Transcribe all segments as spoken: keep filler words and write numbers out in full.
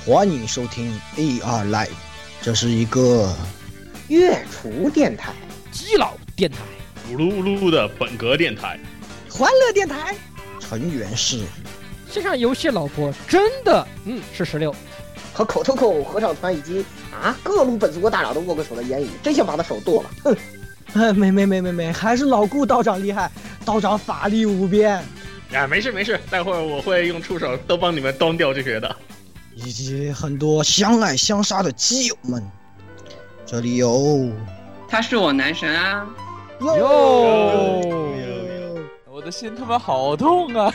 欢迎收听 A R Live， 这是一个月厨电台、 基佬电台、 咕噜咕噜的本格电台、 欢乐电台， 成员是线上游戏老婆真的嗯是十六， 和口头口合唱团以及啊各路本族国大佬都握过手的言语，真想把他手剁了。哼！ 哎，没没没没没，还是老顾道长厉害，道长法力无边。 啊，没事没事，待会儿我会用触手都帮你们端掉这些的。 以及很多相爱相杀的基友们，这里有， 他是我男神啊！ 哟， 我的心他妈好痛啊！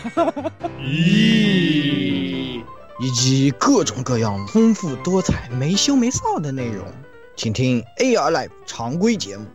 咦， 以及各种各样丰富多彩、没羞没臊的内容，请听 A R Live 常规节目。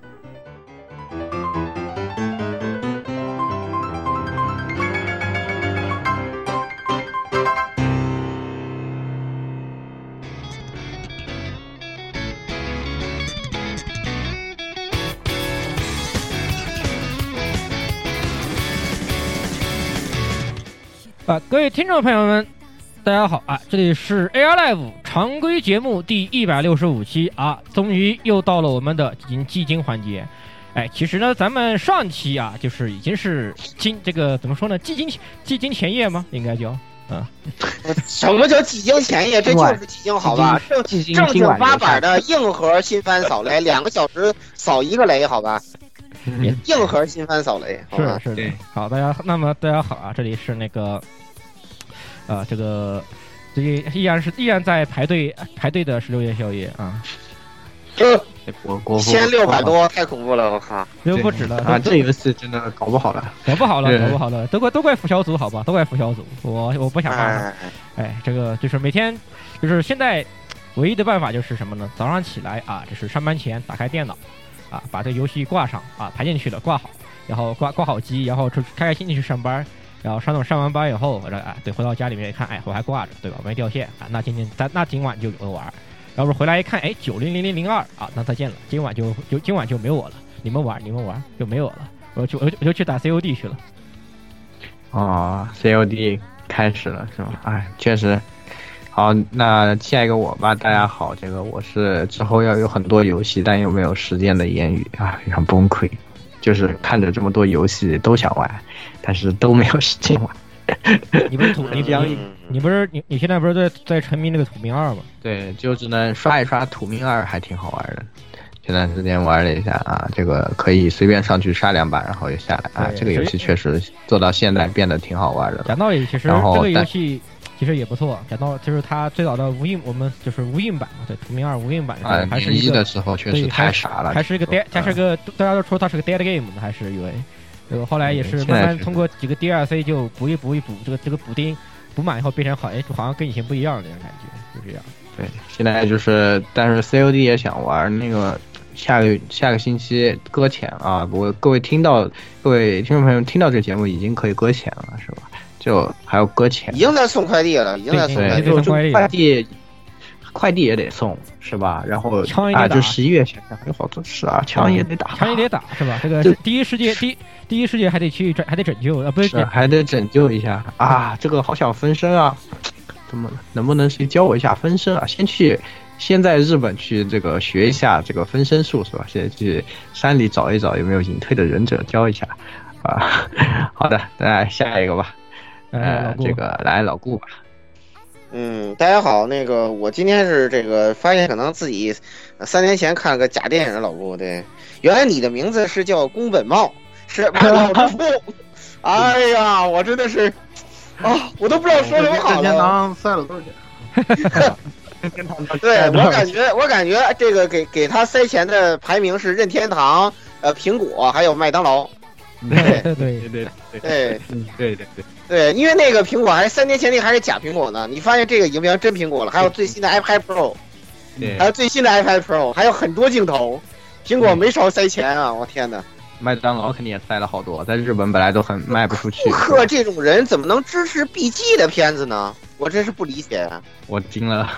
啊，各位听众朋友们，大家好啊！这里是 A R Live 常规节目第一百六十五期啊，终于又到了我们的季经环节。哎，其实呢，咱们上期啊，就是已经是经这个怎么说呢？季经季经前夜吗？应该叫啊。 什么叫季经前夜？这就是季经好吧？正正经八百的硬核新番扫雷，两个小时扫一个雷，好吧？硬核新番扫雷，好吧？ 是是的。好，大家那么大家好啊，这里是那个。啊，这个这依然是依然在排队排队的十六夜宵夜啊， 呃，千六百多，太恐怖了，我靠， 又不止了啊！这游戏真的搞不好了， 搞不好了，搞不好了，都怪都怪副小组，好吧，都怪副小组，我我不想骂了。哎，这个就是每天就是现在唯一的办法就是什么呢？早上起来啊，就是上班前打开电脑啊，把这游戏挂上啊，排进去了，挂好，然后挂挂好机，然后就开开心心去上班。然后上总上完班以后，我这哎对，回到家里面一看，哎我还挂着，对吧？没掉线啊，那今天咱那今晚就有的玩。要不回来一看，哎九零零零零二啊，那再见了，今晚就就今晚就没我了，你们玩你们玩就没有了，我就我就我就去打 C O D 去了。 哦 ，C O D 开始了是吗？哎，确实。好，那下一个我吧。大家好，这个我是之后要有很多游戏，但又没有时间的言语啊，非常崩溃。就是看着这么多游戏都想玩，但是都没有时间玩。 你不是土你你你不是你你现在不是在在沉迷那个土命二吗？ 对，就只能刷一刷土命二，还挺好玩的。前段时间玩了一下啊，这个可以随便上去杀两把，然后又下来啊。这个游戏确实做到现在变得挺好玩的。 讲道理，其实这个游戏其实也不错。讲到就是它最早的无印，我们就是无印版嘛，对，土命二无印版啊， 还是一个的时候确实太傻了， 还是一个 dead， 还是个大家都说它是个 dead game 的，还是以为，这个后来也是慢慢通过几个 D L C 就补一补一补，这个这个补丁补满以后变成好，哎，好像跟以前不一样的那种感觉，就这样。 对，现在就是，但是 C O D 也想玩那个。下个下个星期搁浅啊！不过各位听到各位听众朋友听到这个节目已经可以搁浅了，是吧？就还要搁浅， 已经在送快递了，已经在送快递了，就快递快递也得送，是吧？然后啊，就十一月想想还有好多事啊，枪也得打， 枪也得打，是吧？这个第一世界第一第一世界还得去还得拯救啊，不是还得拯救一下啊！这个好想分身啊，怎么能不能谁教我一下分身啊？先去。先在日本去这个学一下这个分身术是吧？现在去山里找一找有没有隐退的忍者教一下啊。好的，那下一个吧。呃，这个来老顾吧。 嗯，大家好，那个我今天是这个发现可能自己三年前看了个假电影，老顾对，原来你的名字是叫宫本茂，是老顾。哎呀，我真的是啊，我都不知道说什么好了。任天堂塞了多少钱？ 对我感觉，我感觉这个给给他塞钱的排名是任天堂、呃苹果还有麦当劳。 对对对对对对对对对对，因为那个苹果还三年前那还是假苹果呢，你发现这个已经变成真苹果了。还有最新的 iPad Pro， 还有最新的 iPad Pro， 还有很多镜头，苹果没少塞钱啊！我天哪！ 麦当劳肯定也塞了好多，在日本本来都很卖不出去。 顾客这种人怎么能支持 B G 的片子呢？我真是不理解。 我惊了。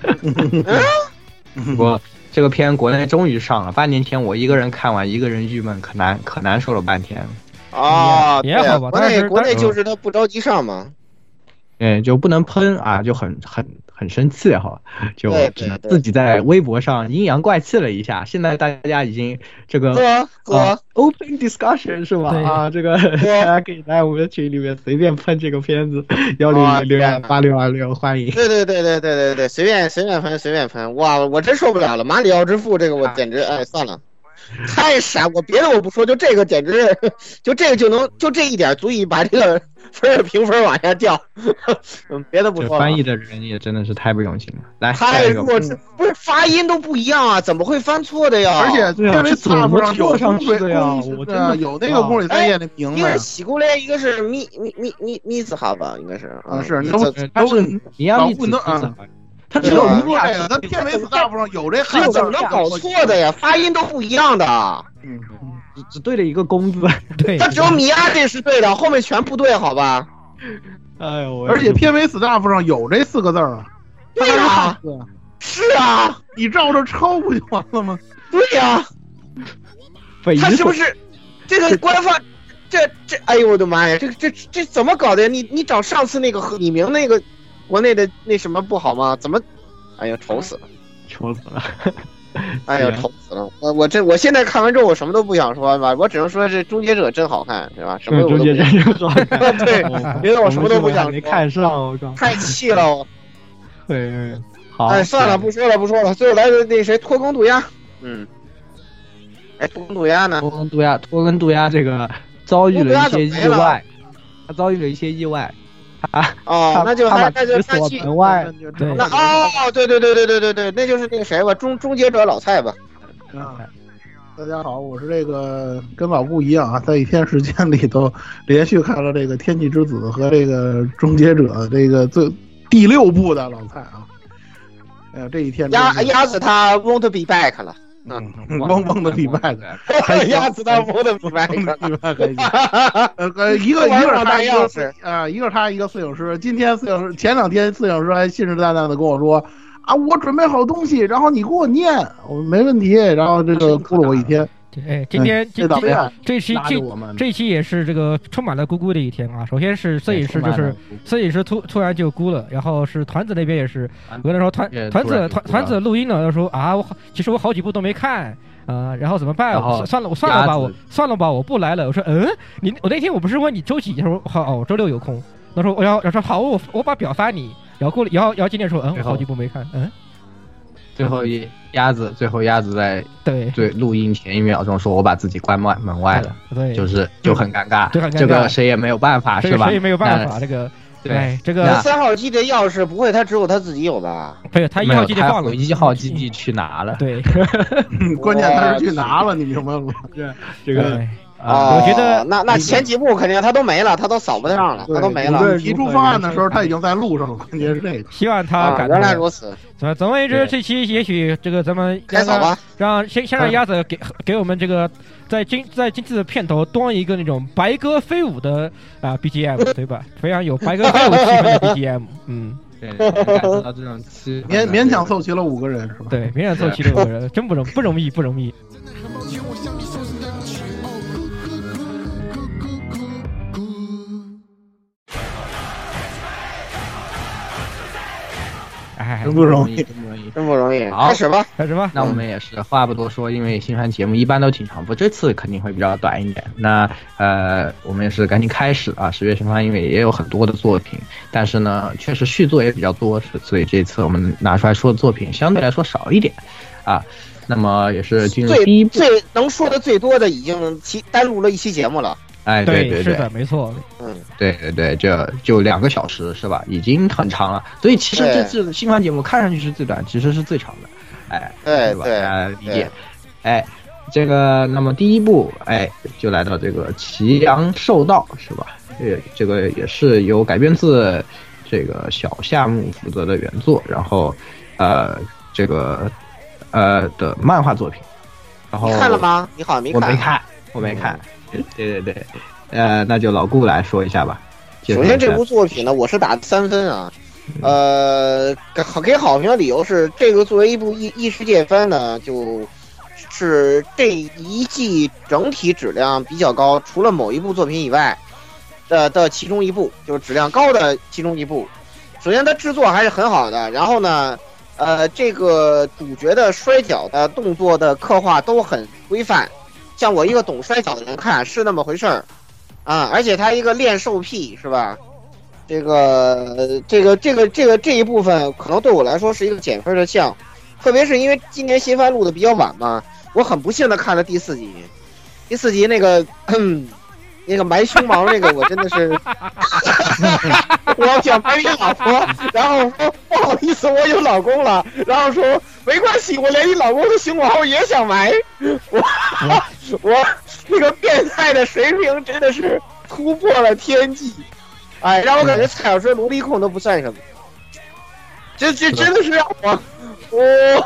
我这个片国内终于上了，半年前我一个人看完，一个人郁闷，可难可难受了半天。 啊， 也好吧， 国内国内就是他不着急上嘛。 对，就不能喷啊，就很很很生气哈，就只能自己在微博上阴阳怪气了一下。现在大家已经这个哥哥、 呃、open discussion 是吧？啊，这个大家可以在我们的群里面随便喷这个片子，幺零零六二八六二六，欢迎。 对对对对对对对，随便随便喷随便喷，哇，我真受不了了！马里奥之父这个我简直哎算了。太傻！我别的我不说，就这个简直，就这个就能就这一点足以把这个分儿评分往下掉。嗯，别的不说了。 翻译的人也真的是太不用心了。来， 太弱智，不是发音都不一样啊，怎么会翻错的呀？ 而且因为插不上有上去的呀，我真的有那个宫里三叶的名字， 一个是喜姑莲，一个是咪咪咪咪咪子哈吧，应该是啊是， 都他是米亚米子啊。他只有一个， 他天美子大部上有这汉字，怎么能搞错的呀？发音都不一样的。 嗯， 只只对了一个公字，对， 他只有米亚这是对的，后面全不对，好吧？ 哎呦， 而且片尾死大夫上有这四个字啊。 对呀，是啊， 你照着抄不就完了吗？ 对呀，他是不是这个官方？这这，哎呦我的妈呀，这这这怎么搞的呀？你你找上次那个李明那个。国内的那什么不好吗？怎么？哎呀，愁死了， 愁死了！ 哎呀，愁死了！我我这我现在看完之后，我什么都不想说吧，我只能说这《终结者》真好看，对吧？什么终结者真好看， 对，别的我什么都不想说。 没看上，我靠！ 太气了，我。 对，好。 哎，算了，不说了，不说了。最后来的那谁，脱弓渡鸦。嗯。哎，脱弓渡鸦呢？ 脱弓渡鸦，脱弓渡鸦这个遭遇了一些意外，他遭遇了一些意外。啊哦，那就还那就那去门外，对， 那哦，对对对对对对对，那就是那个谁吧，终终结者老蔡吧。 啊，大家好，我是这个跟老顾一样啊，在一天时间里头连续看了这个《天气之子》和这个《终结者》这个最第六部的老蔡啊。哎呀，这一天鸭鸭子他 won't be back 了。 嗯，嗡嗡的礼拜的， 鸭子当嗡的礼拜的，呃，一个一个是他一个啊，一个是他一个摄影师。今天摄影师前两天摄影师还信誓旦旦的跟我说啊，我准备好东西，然后你给我念，我没问题。然后这个哭了我一天。 哎，今天今天这期这这期也是这个充满了咕咕的一天啊！首先是摄影师，就是摄影师突突然就咕了，然后是团子那边也是，我跟他说团团子团团子录音了，他说啊，我其实我好几部都没看啊、呃，然后怎么办？算了，我算了吧，我算了吧，我不来了。我说嗯，你我那天我不是问你周几？他说好，哦，周六有空。他说我要要说好，我我把表发你。然后过了，然后然后今天说嗯，我好几部没看，嗯。 最后一鸭子，最后鸭子在对对录音前一秒钟说：“我把自己关门门外了。” 对， 就是就很尴尬， 就很尴尬， 这个谁也没有办法，是吧？ 谁也没有办法，这个对这个三号机的钥匙不会他只有他自己有吧？ 对，他一号机就放了， 一号基地去拿了。 对， 关键他是去拿了，你明白吗？ 这这个。 啊， 我觉得那那前几部肯定他都没了，他都扫不上了，他都没了。 提出方案的时候，他已经在路上了，关键是这个。 希望他赶、 啊。原来如此。 总总而言之，这期也许这个咱们开扫吧， 让先先让鸭子给给我们这个在今在今次的片头端一个那种白鸽飞舞的啊 B G M， 对吧？非常有白鸽飞舞气氛的 B G M， 嗯。 对，感受到这种勉勉强凑齐了五个人，是吧？ 对，勉强凑齐了五个人，真不容不容易，不容易。 哎， 真不容易， 真不容易， 真不容易。 好， 开始吧， 开始吧。 那我们也是话不多说，因为新番节目一般都挺长，不，这次肯定会比较短一点。那呃，我们也是赶紧开始啊。十月新番因为也有很多的作品，但是呢，确实续作也比较多，所以这次我们拿出来说的作品相对来说少一点啊。那么也是进入第一部， 最能说的最多的已经其单录了一期节目了。 哎，对对对，是的，没错。 嗯， 对对对，这就两个小时是吧？已经很长了。所以其实这次新番节目看上去是最短，其实是最长的。哎， 对吧？大家理解。哎，这个那么第一部，哎，就来到这个祁阳受道是吧？这这个也是由改编自这个小夏目负责的原作，然后呃这个呃的漫画作品。然后你看了吗？你好像没看。 我没看，我没看。对对对，呃，那就老顾来说一下吧。 首先，这部作品呢，我是打三分啊。呃，给给好评的理由是，这个作为一部异异世界番呢，就是这一季整体质量比较高，除了某一部作品以外的的其中一部，就是质量高的其中一部。 首先它制作还是很好的，然后呢，呃，这个主角的摔跤的动作的刻画都很规范，像我一个懂摔跤的人看是那么回事儿啊，而且他一个练兽癖是吧？这个这个这个这个这一部分可能对我来说是一个减分的项，特别是因为今年新番录的比较晚嘛，我很不幸的看了第四集，第四集那个。那个埋胸毛那个我真的是，我想埋你老婆，然后说不好意思我有老公了，然后说没关系，我连你老公的胸毛也想埋，我我那个变态的水平真的是突破了天际，哎，让我感觉蔡小说萝莉控都不算什么，这这真的是让我。我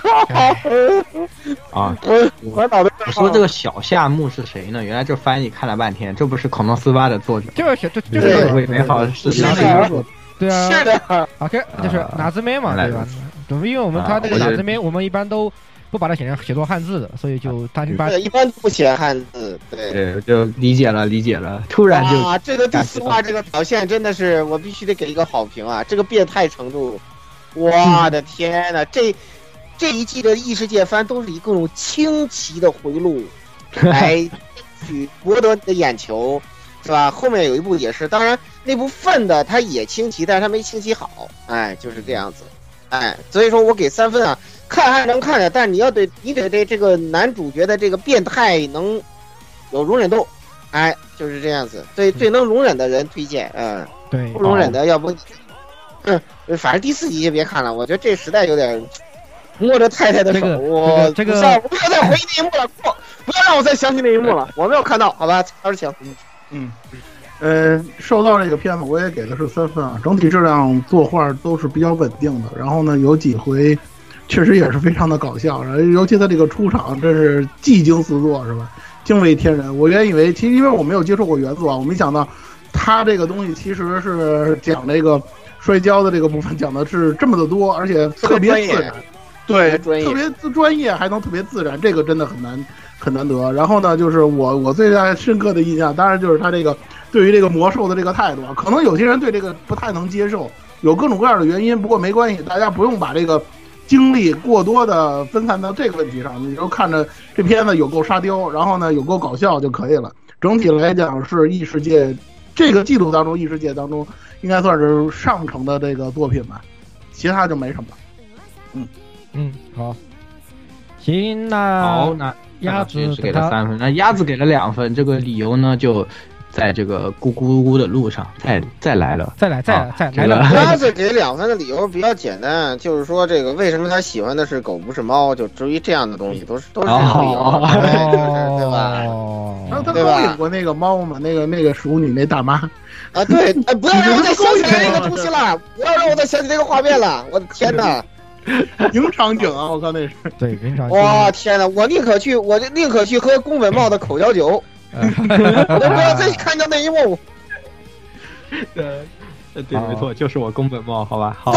靠！ 啊， 我我脑袋我说这个小夏目是谁呢？原来这翻译看了半天，这不是恐龙斯巴的作者， 就是这就是为美好事情的一个， 对啊， 是的。 OK， 就是拿字面嘛，对吧？因为我们他这个拿字面，我们一般都不把它写成写作汉字的，所以就他一般一般不写汉字，对对，就理解了理解了。突然就啊，这个第四话这个表现真的是我必须得给一个好评啊！这个变态程度。我的天呐，这这一季的异世界番都是以各种清奇的回路来去博得你的眼球，是吧？后面有一部也是，当然那部分的它也清奇，但是它没清奇好，哎，就是这样子，哎，所以说我给三分啊，看还能看的，但是你要对你得对这个男主角的这个变态能有容忍度，哎，就是这样子，对最能容忍的人推荐，嗯， 对， 不容忍的要不。嗯，反正第四集就别看了，我觉得这实在有点摸着太太的手， 这个、 我这个、 不要不要再回忆那一幕了，不不要让我再想起那一幕了，我没有看到，好吧，二十请。 嗯，呃，受到这个片子我也给的是三分啊，整体质量作画都是比较稳定的，然后呢有几回确实也是非常的搞笑，然后尤其他这个出场真是技惊四座是吧？惊为天人。我原以为其实因为我没有接触过原作啊，我没想到他这个东西其实是讲这个。摔跤的这个部分讲的是这么的多，而且特别自然，对，特别自专业，还能特别自然，这个真的很难很难得。然后呢，就是我我最大深刻的印象，当然就是他这个对于这个魔兽的这个态度，可能有些人对这个不太能接受，有各种各样的原因，不过没关系，大家不用把这个精力过多的分散到这个问题上，你就看着这片子有够沙雕，然后呢有够搞笑就可以了。整体来讲是异世界这个季度当中，异世界当中。应该算是上乘的这个作品吧，其他就没什么了。嗯嗯，好，行，那好，那鸭子是给了三分，那鸭子给了两分，这个理由呢就在这个咕咕咕的路上再再来了， 再来再来再来了。 鸭子给两分的理由比较简单，就是说这个为什么他喜欢的是狗不是猫，就至于这样的东西都是都是这种理由， 哦、 对吧？ 然后他勾引过那个猫嘛，那个那个熟女那大妈。 啊，对，哎，不要让我再想起来那个东西了，不要让我再想起那个画面了，我的天哪！ 名场景啊，我靠，那是对名场景。 哇，天哪！我宁可去，我宁可去喝宫本茂的口嚼酒，我都不要再看到那一幕。 呃，对，没错，就是我宫本茂，好吧，好。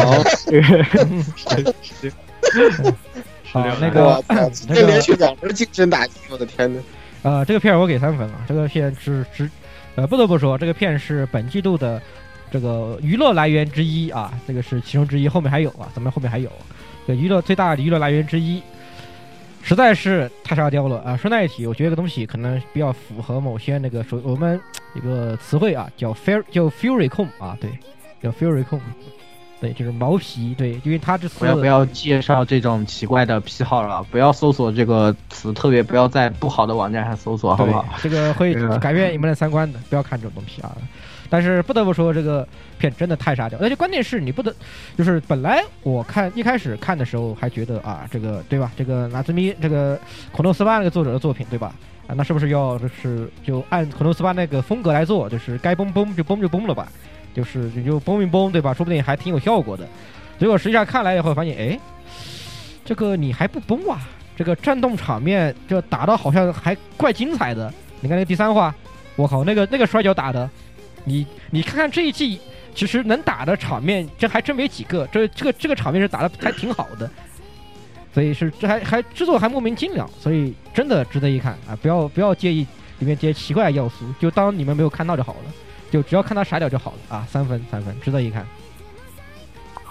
好，那个这连续两轮精神打击，我的天哪！ 呃，这个片我给三分了，这个片是只。呃，不得不说，这个片是本季度的这个娱乐来源之一啊，这个是其中之一，后面还有啊，咱们后面还有，这娱乐最大的娱乐来源之一，实在是太沙雕了啊！顺带一提，我觉得这个东西可能比较符合某些那个说我们一个词汇啊，叫 fair 叫 fury 控啊，对，叫 fury 控。对，就是毛皮，对，因为他这次不要不要介绍这种奇怪的癖好了，不要搜索这个词，特别不要在不好的网站上搜索，好不好？ 这个会改变你们的三观的，不要看这种东西啊！但是不得不说，这个片真的太沙雕，而且关键是你不得，就是本来我看一开始看的时候还觉得啊，这个对吧？这个拿兹米这个孔诺斯巴那个作者的作品，对吧？啊，那是不是要就是就按孔诺斯巴那个风格来做，就是该崩崩就崩就崩了吧？就是你就崩一崩，对吧？说不定还挺有效果的。结果实际上看来以后发现，哎，这个你还不崩啊？这个战斗场面就打到好像还怪精彩的。你看那个第三话，我靠，那个那个摔跤打的，你你看看这一季，其实能打的场面，这还真没几个。这这个这个场面是打的还挺好的，所以是这还还制作还莫名精良，所以真的值得一看啊！不要不要介意里面这些奇怪的要素，就当你们没有看到就好了。就只要看他傻屌就好了啊！三分三分，值得一看。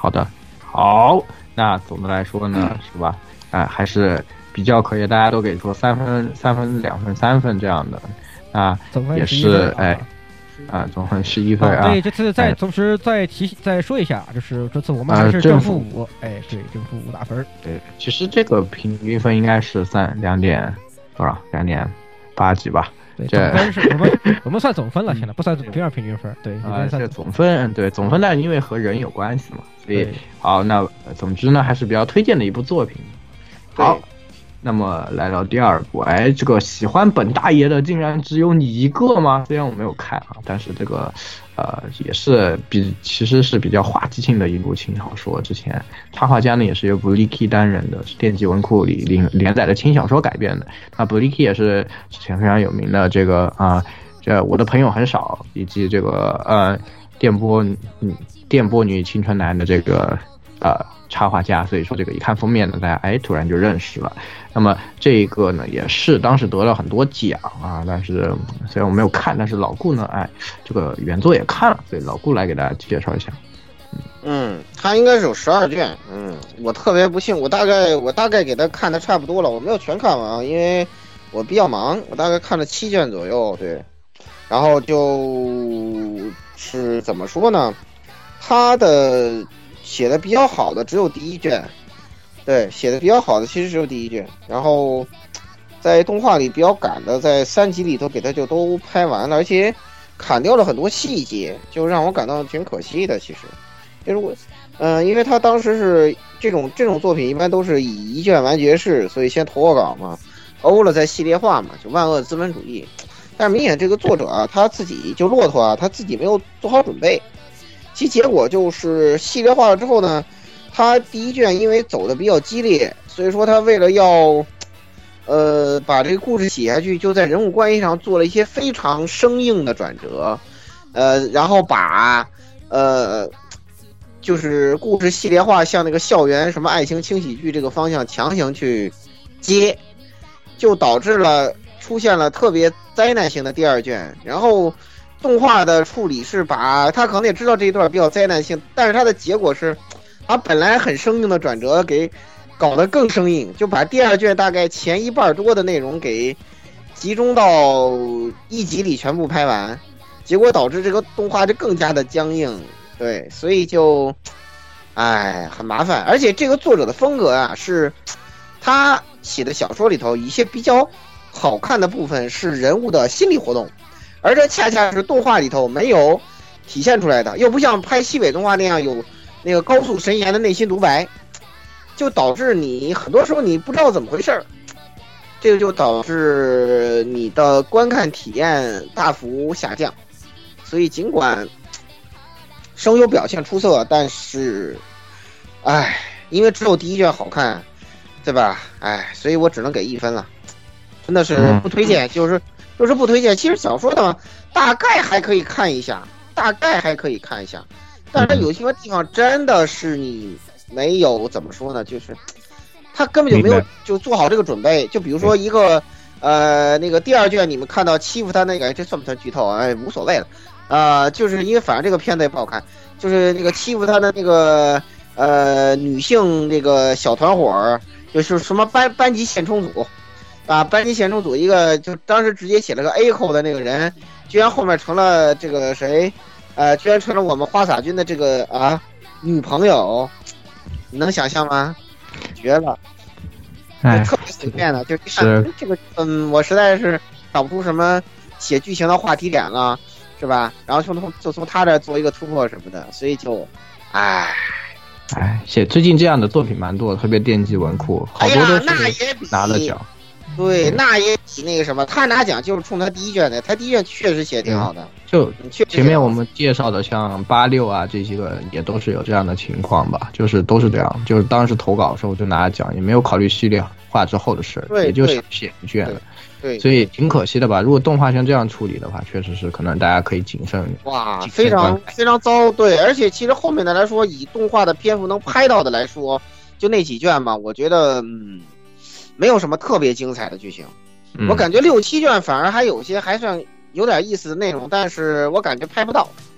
好的，好，那总的来说呢，嗯、是吧？哎，还是比较可以，大家都给出三分、三分、两分、三分这样的，啊，也是哎。啊，总分十一分啊！ 对，这次再同时再提再说一下，就是这次我们还是正负五，哎，对，正负五打分。 对，其实这个平均分应该是三两点多少？两点八几吧？ 对，总分是我们我们算总分了，现在不算不算平均分。对， 啊，这总分，对总分呢，因为和人有关系嘛，所以好，那总之呢，还是比较推荐的一部作品。好。那么来到第二部，哎，这个喜欢本大爷的竟然只有你一个吗？虽然我没有看啊，但是这个，呃，也是比其实是比较滑稽性的一部轻小说。之前插画家呢也是由 Bliki 担任的，是电击文库里连连载的轻小说改编的。那 Bliki 也是之前非常有名的这个啊、呃，这我的朋友很少，以及这个呃电波嗯电波女青春男的这个呃。插画家，所以说这个一看封面呢，大家哎突然就认识了。那么这个呢也是当时得了很多奖啊，但是虽然我没有看，但是老顾呢，哎，这个原作也看了，所以老顾来给大家介绍一下。 嗯，他应该是有十二卷，嗯，我特别不幸，我大概我大概给他看的差不多了，我没有全看完啊，因为我比较忙，我大概看了七卷左右，对，然后就是怎么说呢，他的。写的比较好的只有第一卷，对，写的比较好的其实只有第一卷，然后在动画里比较赶的，在三集里头给他就都拍完了，而且砍掉了很多细节，就让我感到挺可惜的。其实，就是我，嗯、呃，因为他当时是这种这种作品一般都是以一卷完结式，所以先投个稿嘛，欧了再系列化嘛，就万恶资本主义。但是明显这个作者啊，他自己就骆驼啊，他自己没有做好准备。其结果就是系列化了之后呢，他第一卷因为走的比较激烈，所以说他为了要，呃，把这个故事写下去，就在人物关系上做了一些非常生硬的转折，呃，然后把，呃，就是故事系列化向那个校园什么爱情轻喜剧这个方向强行去接，就导致了出现了特别灾难性的第二卷，然后。动画的处理是把他可能也知道这一段比较灾难性，但是他的结果是，把本来很生硬的转折给搞得更生硬，就把第二卷大概前一半多的内容给集中到一集里全部拍完，结果导致这个动画就更加的僵硬，对，所以就，哎，很麻烦。而且这个作者的风格啊，是他写的小说里头一些比较好看的部分是人物的心理活动。而这恰恰是动画里头没有体现出来的，又不像拍西北动画那样有那个高速神言的内心独白，就导致你很多时候你不知道怎么回事儿，这个就导致你的观看体验大幅下降。所以尽管声优表现出色，但是，哎，因为只有第一卷好看，对吧？哎，所以我只能给一分了，真的是不推荐，就是。就是不推荐。其实小说的大概还可以看一下，大概还可以看一下，但是有些地方真的是你没有怎么说呢，就是他根本就没有就做好这个准备。就比如说一个呃那个第二卷，你们看到欺负他那个，这算不算剧透？哎，无所谓了。呃，就是因为反正这个片子也不好看，就是那个欺负他的那个呃女性这个小团伙，就是什么班班级现充组。啊，班级现充组一个就当时直接写了个 A 扣的那个人，居然后面成了这个谁，呃，居然成了我们花洒君的这个啊女朋友，你能想象吗？绝了，就特别随便的，就看这个，嗯，我实在是找不出什么写剧情的话题点了，是吧？然后就从就从他这做一个突破什么的，所以就，唉。 哎，写最近这样的作品蛮多的，特别电击文库，好多都是拿了奖。 对，那也比那个什么，他拿奖就是冲他第一卷的，他第一卷确实写挺好的。 就前面我们介绍的像八六啊这些个也都是有这样的情况吧，就是都是这样，就是当时投稿的时候就拿奖，也没有考虑系列化之后的事，也就是写一卷了。 对， 所以挺可惜的吧。如果动画像这样处理的话，确实是可能大家可以谨慎。 哇，非常非常糟。对，而且其实后面的来说，以动画的篇幅能拍到的来说，就那几卷嘛，我觉得嗯。没有什么特别精彩的剧情，嗯、我感觉六七卷反而还有些还算有点意思的内容，但是我感觉拍不到。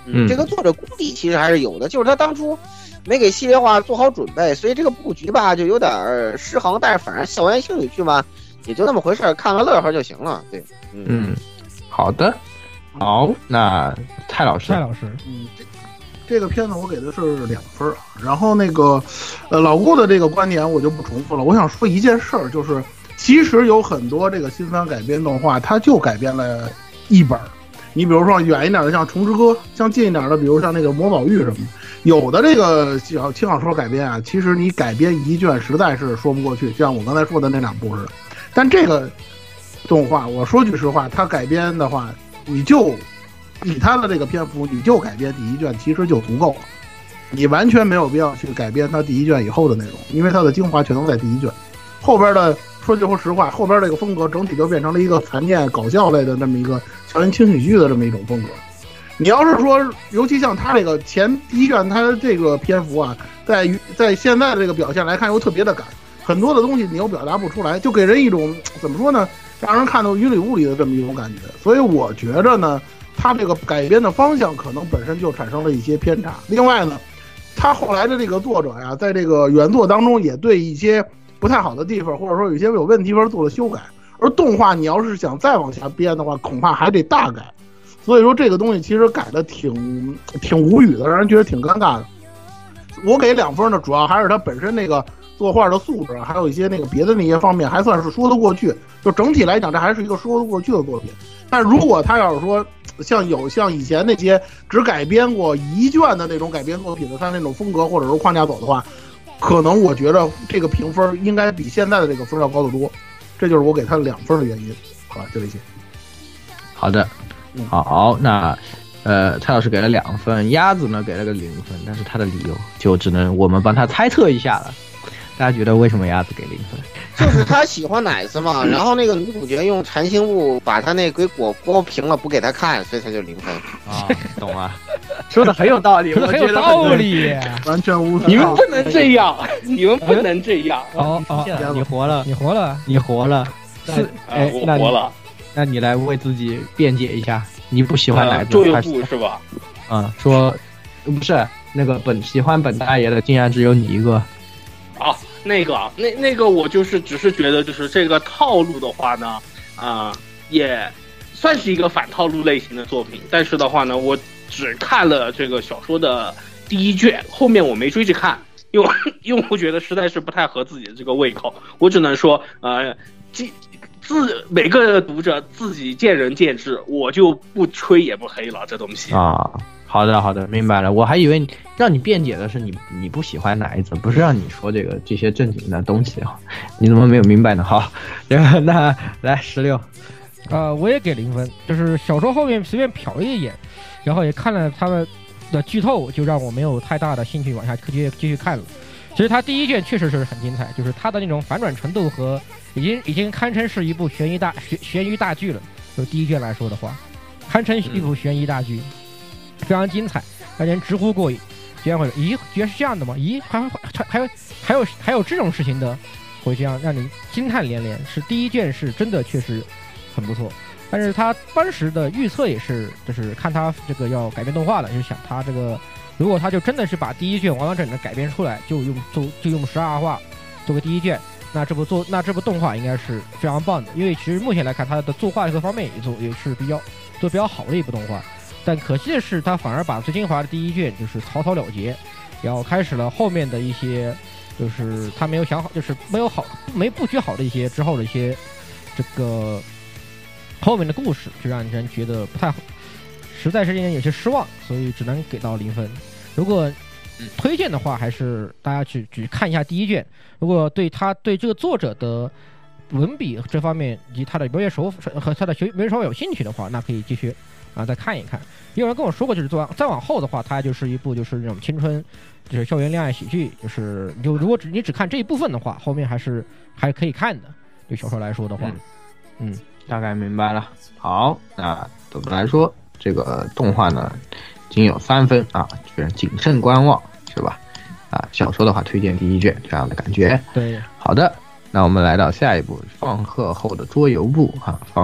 嗯，这个作者功底其实还是有的，就是他当初没给系列化做好准备，所以这个布局吧就有点失衡，但是反正校园兴趣剧嘛，也就那么回事，看个乐呵就行了。对，嗯， 嗯好的，好，那蔡老师， 蔡老师， 嗯，这这个片子我给的是两分儿，然后那个呃老顾的这个观点我就不重复了，我想说一件事儿，就是其实有很多这个新番改编动画，它就改编了一本。你比如说远一点的像《虫之歌》，像近一点的，比如像那个《魔宝玉》什么的，有的这个小轻小说改编啊，其实你改编一卷实在是说不过去，像我刚才说的那两部似的。但这个动画，我说句实话，它改编的话，你就以它的这个篇幅，你就改编第一卷，其实就足够了。你完全没有必要去改编它第一卷以后的内容，因为它的精华全都在第一卷，后边的。说句实话，后边这个风格整体就变成了一个残念搞笑类的这么一个校园轻喜剧的这么一种风格。你要是说，尤其像他这个前第一卷，他这个篇幅啊，在在现在的这个表现来看，又特别的赶，很多的东西你又表达不出来，就给人一种怎么说呢，让人看到云里雾里的这么一种感觉。所以我觉着呢，他这个改编的方向可能本身就产生了一些偏差。另外呢，他后来的这个作者呀，在这个原作当中也对一些不太好的地方，或者说有些有问题地方做了修改，而动画你要是想再往下编的话，恐怕还得大改。所以说这个东西其实改的挺挺无语的，让人觉得挺尴尬的。我给两分呢，主要还是他本身那个作画的素质，还有一些那个别的那些方面，还算是说得过去。就整体来讲，这还是一个说得过去的作品。但如果他要是说像有像以前那些只改编过一卷的那种改编作品的，他那种风格或者说框架走的话，可能我觉得这个评分应该比现在的这个分要高得多，这就是我给他两分的原因。好了，就这些。 好的，好，那呃，蔡老师给了两分，鸭子呢给了个零分，但是他的理由就只能我们帮他猜测一下了。大家觉得为什么鸭子给零分？ 就是他喜欢奶子嘛，然后那个女主角用禅心物把他那给裹裹平了，不给他看，所以他就零分。 啊，懂了，说的很有道理， 说的很有道理， 完全无。 你们不能这样，你们不能这样。 哦哦， 你活了， 你活了， 你活了，是哎， 我活了。 那你来为自己辩解一下，你不喜欢哪个？ 桌游部是吧？ 嗯，说不是那个本喜欢本大爷的，竟然只有你一个。 啊，那个那那个我就是只是觉得就是这个套路的话呢，啊、呃，也算是一个反套路类型的作品，但是的话呢，我只看了这个小说的第一卷，后面我没追着看，因为因为我觉得实在是不太合自己的这个胃口，我只能说呃，自自每个读者自己见仁见智，我就不吹也不黑了这东西啊。好的，好的，明白了。我还以为让你辩解的是你你不喜欢哪一种，不是让你说这个这些正经的东西啊。你怎么没有明白呢？好，那来十六， 呃，我也给零分，就是小说后面随便瞟一眼，然后也看了他们的剧透，就让我没有太大的兴趣往下继续继续看了。其实他第一卷确实是很精彩，就是他的那种反转程度和已经已经堪称是一部悬疑大悬悬疑大剧了。就第一卷来说的话，堪称一部悬疑大剧。嗯，非常精彩，让人直呼过瘾。居然会，咦，居然是这样的吗？咦，还还还有还有还有这种事情的，会这样让你惊叹连连。是第一卷是真的确实很不错，但是他当时的预测也是，就是看他这个要改编动画了，就是想他这个，如果他就真的是把第一卷完完整整的改编出来，就用就就用十二话作为第一卷，那这部作那这部动画应该是非常棒的，因为其实目前来看，他的作画各方面也做也是比较做比较好的一部动画。但可惜的是，他反而把最精华的第一卷就是草草了结，然后开始了后面的一些，就是他没有想好，就是没有好没布局好的一些之后的一些这个后面的故事，就让人觉得不太好，实在是令人有些失望，所以只能给到零分。如果推荐的话，还是大家去去看一下第一卷。如果对他对这个作者的文笔这方面以及他的描写手法和他的描写手法有兴趣的话，那可以继续。啊，再看一看。有人跟我说过，就是做再往后的话，它就是一部就是那种青春，就是校园恋爱喜剧。就是就如果只你只看这一部分的话，后面还是还是可以看的。对小说来说的话，嗯， 嗯大概明白了。好，那总的来说，这个动画呢，仅有三分啊，就是谨慎观望，是吧？啊，小说的话推荐第一卷这样的感觉。 对， 好的，那我们来到下一步，放课后的桌游部啊，放。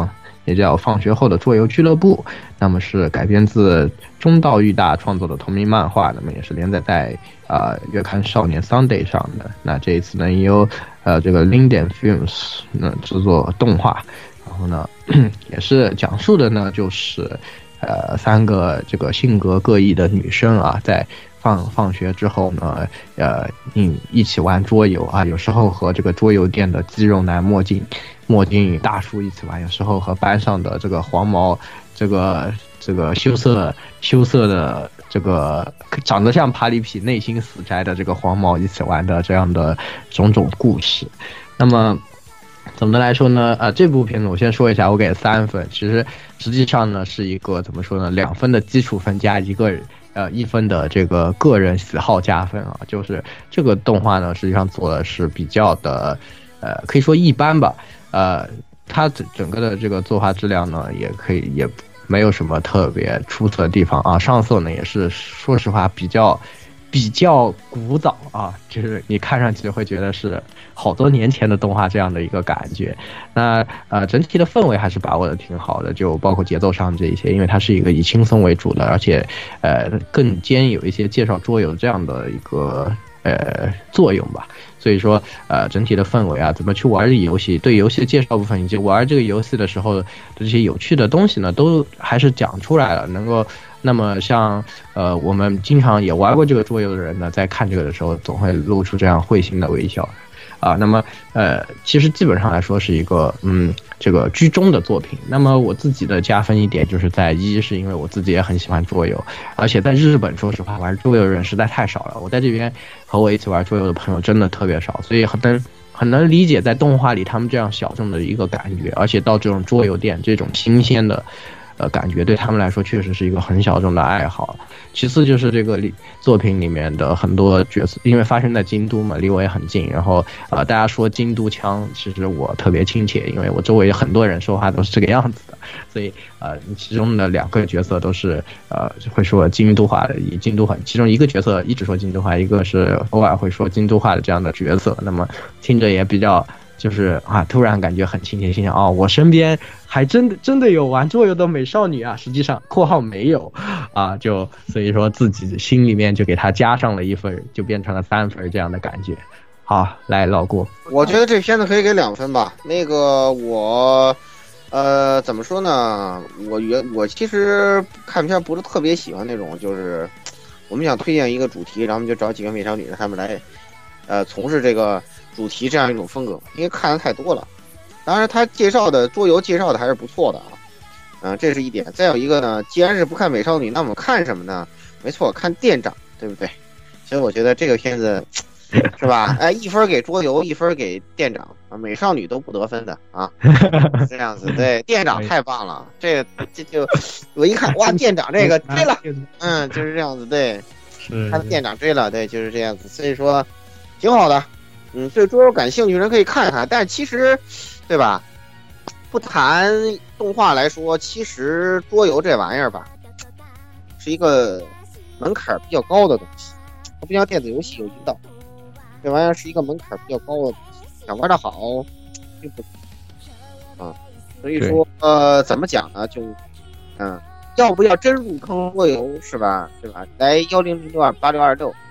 也叫《放学后的桌游俱乐部》。那么是改编自中道裕大创作的同名漫画，那么也是连载在啊、呃、月刊少年 Sunday 上的。那这一次呢，也有呃这个 Linden Films 呢制作动画，然后呢也是讲述的呢就是呃三个这个性格各异的女生啊，在放放学之后呢，呃，一一起玩桌游啊，有时候和这个桌游店的肌肉男墨镜墨镜大叔一起玩，有时候和班上的这个黄毛这个这个羞涩羞涩的这个长得像爬里皮内心死宅的这个黄毛一起玩的这样的种种故事。那么总的来说呢，呃，这部片子我先说一下，我给三分。其实实际上呢是一个怎么说呢，两分的基础分加一个呃一分的这个个人喜好加分啊。就是这个动画呢，实际上做的是比较的，呃，可以说一般吧。呃，它整整个的这个作画质量呢，也可以也没有什么特别出色的地方啊。上色呢也是说实话比较。比较古早啊，就是你看上去会觉得是好多年前的动画这样的一个感觉。那呃，整体的氛围还是把握的挺好的，就包括节奏上这一些，因为它是一个以轻松为主的，而且呃更兼有一些介绍桌游这样的一个呃作用吧。所以说呃整体的氛围啊，怎么去玩这个游戏，对游戏的介绍部分以及玩这个游戏的时候的这些有趣的东西呢，都还是讲出来了，能够。那么像呃我们经常也玩过这个桌游的人呢，在看这个的时候总会露出这样会心的微笑啊。那么呃其实基本上来说是一个嗯这个居中的作品。那么我自己的加分一点就是在一是因为我自己也很喜欢桌游，而且在日本说实话玩桌游的人实在太少了，我在这边和我一起玩桌游的朋友真的特别少，所以很能很能理解在动画里他们这样小众的一个感觉，而且到这种桌游店这种新鲜的呃，感觉对他们来说确实是一个很小众的爱好。其次就是这个里作品里面的很多角色，因为发生在京都嘛，离我也很近。然后呃，大家说京都腔，其实我特别亲切，因为我周围很多人说话都是这个样子的。所以呃，其中的两个角色都是呃会说京都话的，以京都话。其中一个角色一直说京都话，一个是偶尔会说京都话的这样的角色。那么听着也比较。就是啊，突然感觉很亲切，心想哦，我身边还真的真的有玩桌游的美少女啊！实际上（括号没有）啊，就所以说自己心里面就给他加上了一分，就变成了三分这样的感觉。好，来老郭， 我觉得这片子可以给两分吧。那个我，呃，怎么说呢？我原我其实看片不是特别喜欢那种，就是我们想推荐一个主题，然后我们就找几个美少女让他们来，呃，从事这个。主题这样一种风格，因为看的太多了。当然，他介绍的桌游介绍的还是不错的啊，嗯、呃，这是一点。再有一个呢，既然是不看美少女，那我们看什么呢？没错，看店长，对不对？所以我觉得这个片子是吧？哎，一分给桌游，一分给店长啊，美少女都不得分的啊，这样子。对，店长太棒了，这个这就我一看，哇，店长这个追了，嗯，就是这样子。对，他的店长追了，对，就是这样子。所以说，挺好的。嗯，对桌游感兴趣的人可以看看，但其实，对吧？不谈动画来说，其实桌游这玩意儿吧，是一个门槛比较高的东西，它不像电子游戏有引导，这玩意儿是一个门槛比较高的东西，想玩得好，并不啊。所以说，呃，怎么讲呢？就，嗯，要不要真入坑桌游是吧？对吧？来幺零零六二八六二六。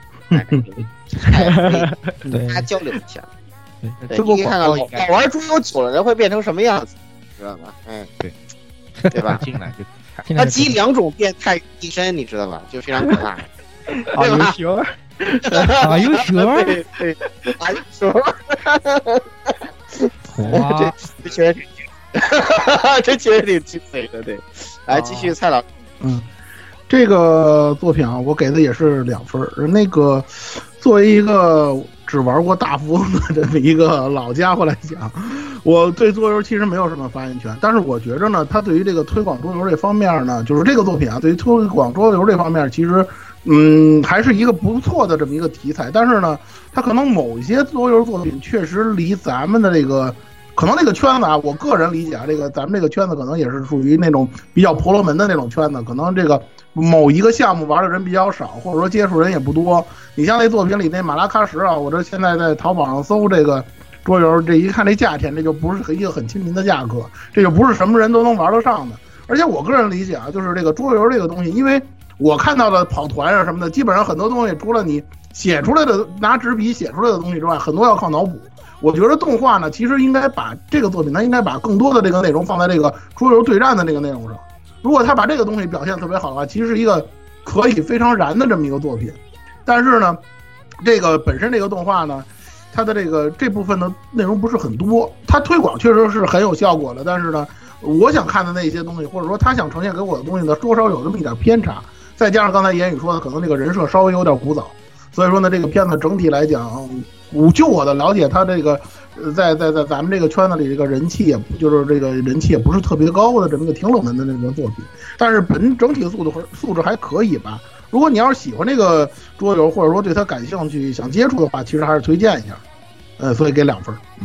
跟大家交流一下，对，你可以看看老玩桌游久了人会变成什么样子，知道吧？嗯， 对， 对吧？ 进来就他集两种变态一身，你知道吧？就非常可怕， 对吧？啊，有蛇， 对对，啊，有蛇， 哇， 这确实挺，这确实挺精彩的，对。来继续，蔡老， 嗯。这个作品啊，我给的也是两分。那个，作为一个只玩过大富翁的这么一个老家伙来讲，我对桌游其实没有什么发言权。但是我觉着呢，他对于这个推广桌游这方面呢，就是这个作品啊，对于推广桌游这方面，其实嗯还是一个不错的这么一个题材。但是呢，他可能某一些桌游作品确实离咱们的这个。可能这个圈子啊，我个人理解啊，这个咱们这个圈子可能也是属于那种比较婆罗门的那种圈子，可能这个某一个项目玩的人比较少，或者说接触人也不多。你像那作品里那马拉喀什啊，我这现在在淘宝上搜这个桌游这一看这价钱，这就不是一个很亲民的价格，这就不是什么人都能玩得上的。而且我个人理解啊，就是这个桌游这个东西，因为我看到的跑团啊什么的，基本上很多东西除了你写出来的拿纸笔写出来的东西之外，很多要靠脑补。我觉得动画呢，其实应该把这个作品，它应该把更多的这个内容放在这个桌游对战的这个内容上。如果他把这个东西表现特别好的话，其实是一个可以非常燃的这么一个作品。但是呢，这个本身这个动画呢，它的这个这部分的内容不是很多，它推广确实是很有效果的，但是呢，我想看的那些东西，或者说他想呈现给我的东西呢，多少有这么一点偏差。再加上刚才言语说的，可能这个人设稍微有点古早，所以说呢，这个片子整体来讲，我就我的了解，他这个在在在咱们这个圈子里，这个人气也就是这个人气也不是特别高的这么一个挺冷门的那个作品，但是本整体素质素质还可以吧。如果你要是喜欢这个桌游，或者说对它感兴趣、想接触的话，其实还是推荐一下。呃，所以给两分。嗯，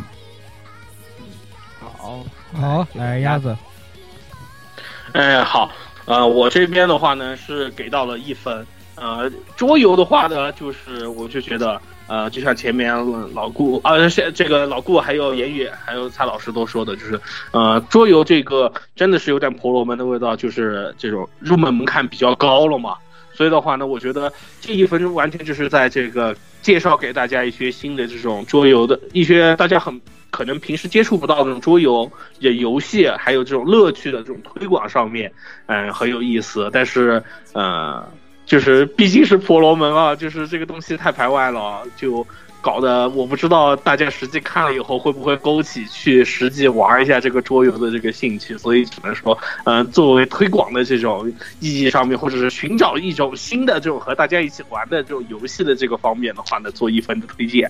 好， 好，来鸭子。 哎，好，呃，我这边的话呢是给到了一分。呃，桌游的话呢，就是我就觉得，呃，就像前面老顾啊，这个老顾还有言语还有蔡老师都说的，就是呃，桌游这个真的是有点婆罗门的味道，就是这种入门门槛比较高了嘛。所以的话呢，我觉得这一分完全就是在这个介绍给大家一些新的这种桌游的一些大家很可能平时接触不到的这种桌游的游戏，还有这种乐趣的这种推广上面，嗯、呃，很有意思。但是呃。就是毕竟是婆罗门啊，就是这个东西太排外了，就搞得我不知道大家实际看了以后会不会勾起去实际玩一下这个桌游的这个兴趣，所以只能说，嗯、呃，作为推广的这种意义上面，或者是寻找一种新的这种和大家一起玩的这种游戏的这个方面的话呢，做一分的推荐。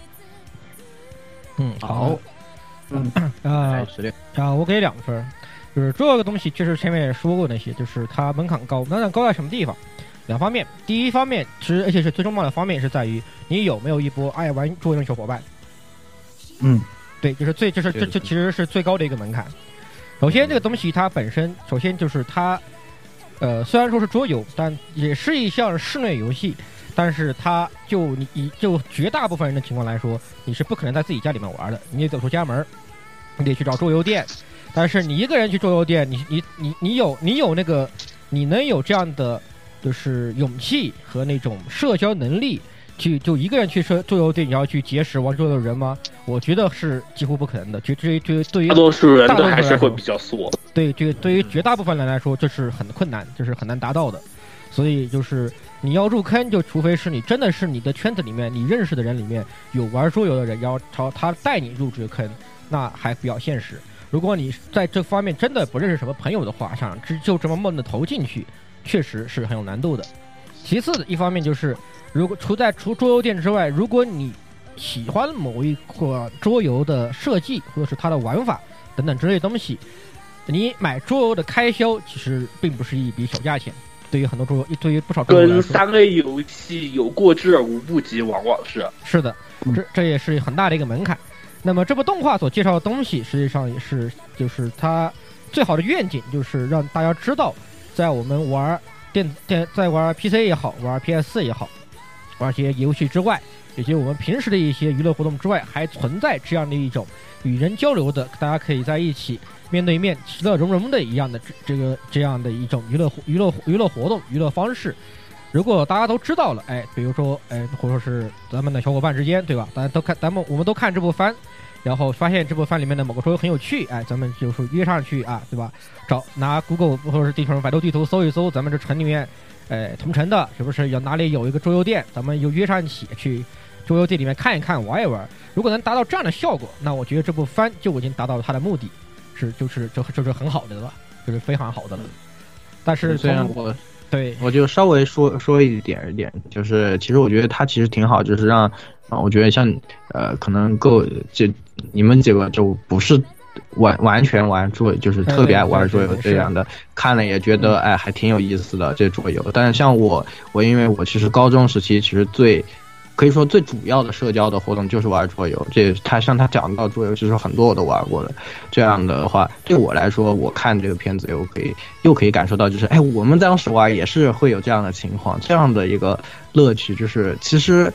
嗯，好，嗯啊啊，我给两分，就是这个东西确实前面也说过那些，就是它门槛高，门槛高在什么地方？两方面，第一方面，其实而且是最重要的方面是在于你有没有一波爱玩桌游的小伙伴。 嗯， 对，就是最，就是这这其实是最高的一个门槛。首先，这个东西它本身，首先就是它，呃，虽然说是桌游，但也是一项室内游戏，但是它就你以就绝大部分人的情况来说，你是不可能在自己家里面玩的，你得走出家门，你得去找桌游店。但是你一个人去桌游店，你你你你有你有那个，你能有这样的。就是勇气和那种社交能力，去就一个人去桌桌游店，你要去结识玩桌游的人吗？我觉得是几乎不可能的。就对于对于对于大多数人都还是会比较缩。 对，这个对于绝大部分人来说，这是很困难，这是很难达到的。所以就是你要入坑，就除非是你真的是你的圈子里面你认识的人里面有玩桌游的人，要朝他带你入这个坑，那还比较现实。如果你在这方面真的不认识什么朋友的话，想就这么猛的投进去。确实是很有难度的。其次的一方面就是，如果除在除桌游店之外，如果你喜欢某一款桌游的设计或者是它的玩法等等之类的东西，你买桌游的开销其实并不是一笔小价钱。对于很多桌游，对于不少桌游来说， 跟三 A 游戏有过之而无不及，往往是是的，这这也是很大的一个门槛。那么这部动画所介绍的东西，实际上也是就是它最好的愿景，就是让大家知道。在我们玩电电，在玩 P C 也好，玩 P S 也好，玩这些游戏之外，以及我们平时的一些娱乐活动之外，还存在这样的一种与人交流的，大家可以在一起面对面、其乐融融的一样的这个这样的一种娱乐娱乐娱乐活动、娱乐方式。如果大家都知道了，哎，比如说，哎，或者说是咱们的小伙伴之间，对吧？大家都看，咱们我们都看这部番。然后发现这部番里面的某个桌游很有趣，哎，咱们就说约上去啊，对吧？找拿 Google 或者是地图、百度地图搜一搜，咱们这城里面，哎，同城的是不是有哪里有一个桌游店？咱们就约上一起去桌游店里面看一看、玩一玩。如果能达到这样的效果，那我觉得这部番就已经达到了它的目的，是就是就就是很好的了，就是非常好的了。但是虽然我对我就稍微说说一点一点，就是其实我觉得它其实挺好，就是让啊，我觉得像呃，可能够这你们几个就不是完完全玩桌，就是特别爱玩桌游这样的，看了也觉得哎还挺有意思的这桌游。但是像我，我因为我其实高中时期其实最可以说最主要的社交的活动就是玩桌游。这他像他讲到桌游，其实很多我都玩过了。这样的话，对我来说，我看这个片子又可以又可以感受到，就是哎，我们当时玩也是会有这样的情况，这样的一个乐趣，就是其实。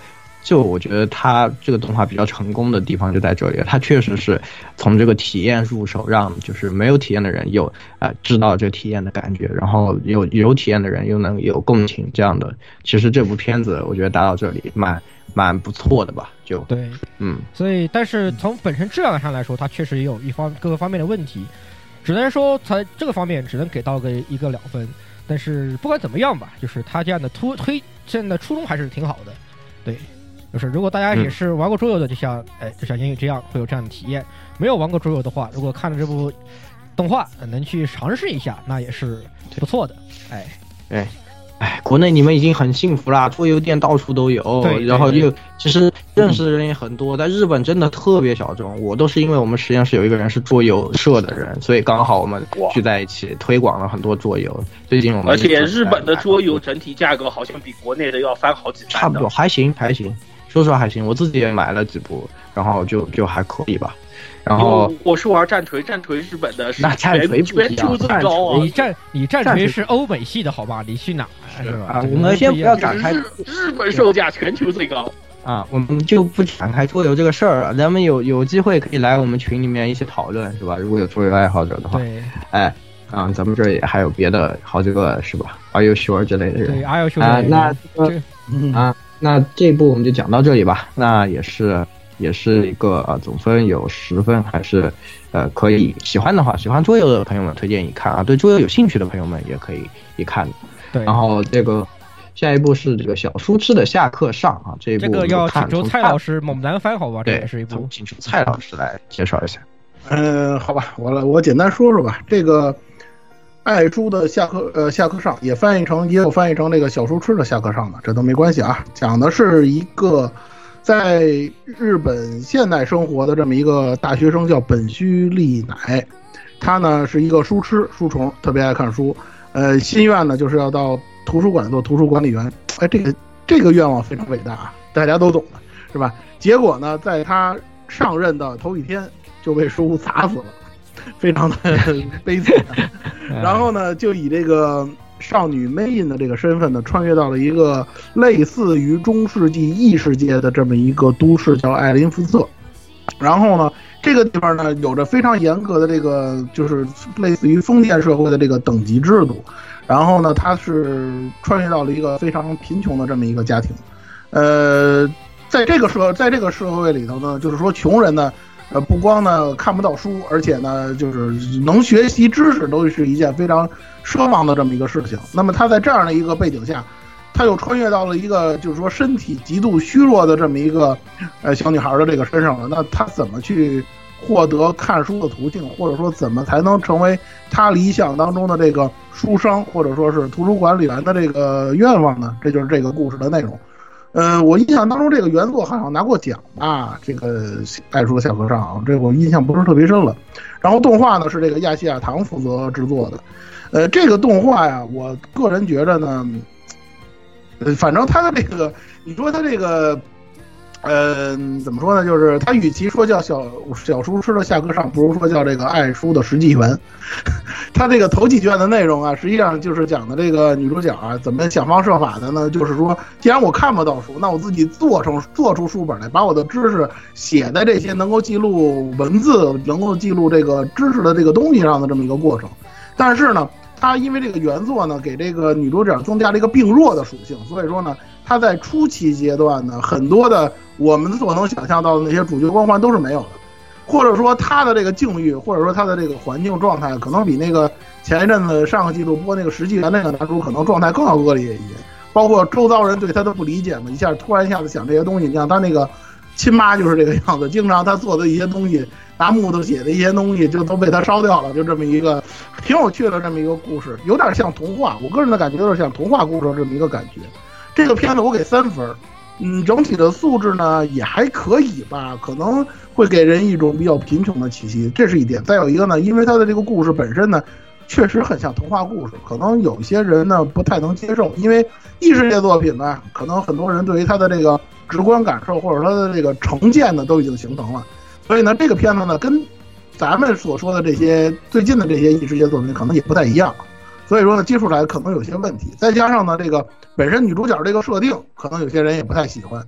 就我觉得它这个动画比较成功的地方就在这里，它确实是从这个体验入手，让就是没有体验的人有啊、呃、知道这个体验的感觉，然后有有体验的人又能有共情这样的。其实这部片子我觉得达到这里蛮蛮不错的吧，就对， 嗯， 所以但是从本身质量上来说，它确实也有一方各个方面的问题，只能说它这个方面只能给到个一个两分。但是不管怎么样吧，就是它这样的推推荐的初衷还是挺好的，对。就是如果大家也是玩过桌游的，就像哎，就像言语这样会有这样的体验。没有玩过桌游的话，如果看了这部动画能去尝试一下，那也是不错的。哎， 哎，哎，国内你们已经很幸福啦，桌游店到处都有， 对对对， 然后又其实认识的人也很多。在日本真的特别小众，我都是因为我们实验室有一个人是桌游社的人，所以刚好我们聚在一起推广了很多桌游。最近我们而且日本的桌游整体价格好像比国内的要翻好几倍， 差不多还行还行。说实话还行，我自己也买了几部，然后就就还可以吧。然后我是玩战锤，战锤日本的是那战锤不一样， 全球最高啊！ 你战你战锤是欧美系的好吧？你去哪是吧？ 啊，我们先不要展开日日本售价全球最高啊，我们就不展开桌游这个事儿了。咱们有有机会可以来我们群里面一起讨论，是吧？如果有桌游爱好者的话， 对， 哎。啊，咱们这也还有别的好几个是吧 ？Are you sure 之类的人， 对 ，Are you sure 啊，那这个嗯啊，那这部我们就讲到这里吧。那也是也是一个呃总分有十分，还是呃可以喜欢的话，喜欢桌游的朋友们推荐一看啊，对桌游有兴趣的朋友们也可以一看。 对， 然后这个下一部是这个小书痴的下课上啊，这一部这个要请出蔡老师猛男翻好吧？ 对， 这也是一部， 请出蔡老师来介绍一下。 嗯，好吧，我来我简单说说吧，这个。爱书的下课呃下课上也翻译成也有翻译成这个小书痴的下课上的，这都没关系啊。讲的是一个在日本现代生活的这么一个大学生，叫本须利乃，他呢是一个书痴书虫，特别爱看书。呃，心愿呢就是要到图书馆做图书管理员。哎，这个这个愿望非常伟大啊，大家都懂的是吧？结果呢，在他上任的头几天就被书砸死了。非常的悲惨，然后呢，就以这个少女 Main 的这个身份呢，穿越到了一个类似于中世纪异世界的这么一个都市，叫艾林福瑟。然后呢，这个地方呢，有着非常严格的这个，就是类似于封建社会的这个等级制度。然后呢，他是穿越到了一个非常贫穷的这么一个家庭。呃，在这个社，在这个社会里头呢，就是说穷人呢。呃，不光呢看不到书，而且呢，就是能学习知识都是一件非常奢望的这么一个事情。那么他在这样的一个背景下，他又穿越到了一个就是说身体极度虚弱的这么一个呃小女孩的这个身上了。那他怎么去获得看书的途径，或者说怎么才能成为他理想当中的这个书商，或者说是图书管理员的这个愿望呢？这就是这个故事的内容。呃，我印象当中这个原作好像拿过奖啊，这个爱书的下课上，这我印象不是特别深了。然后动画呢是这个亚细亚堂负责制作的，呃，这个动画呀，我个人觉着呢，呃，反正他的这个，你说他这个，呃，怎么说呢？就是他与其说叫小小书痴的下课上，不如说叫这个爱书的实际员。他这个头几卷的内容啊，实际上就是讲的这个女主角啊，怎么想方设法的呢？就是说，既然我看不到书，那我自己做成做出书本来，把我的知识写在这些能够记录文字、能够记录这个知识的这个东西上的这么一个过程。但是呢，他因为这个原作呢，给这个女主角增加了一个病弱的属性，所以说呢，他在初期阶段呢，很多的我们所能想象到的那些主角光环都是没有的。或者说他的这个境遇，或者说他的这个环境状态，可能比那个前一阵子上个季度播那个实际员那个男主可能状态更要恶劣一些。包括周遭人对他的不理解嘛，一下突然一下子想这些东西，你像他那个亲妈就是这个样子，经常他做的一些东西，拿木头写的一些东西，就都被他烧掉了，就这么一个挺有趣的这么一个故事，有点像童话，我个人的感觉有点像童话故事这么一个感觉。这个片子我给三分。嗯，整体的素质呢也还可以吧，可能会给人一种比较贫穷的气息，这是一点。再有一个呢，因为它的这个故事本身呢，确实很像童话故事，可能有些人呢不太能接受，因为异世界作品呢，可能很多人对于它的这个直观感受或者它的这个成见呢都已经形成了，所以呢，这个片子呢跟咱们所说的这些最近的这些异世界作品可能也不太一样。所以说呢，接触来可能有些问题，再加上呢，这个本身女主角这个设定，可能有些人也不太喜欢，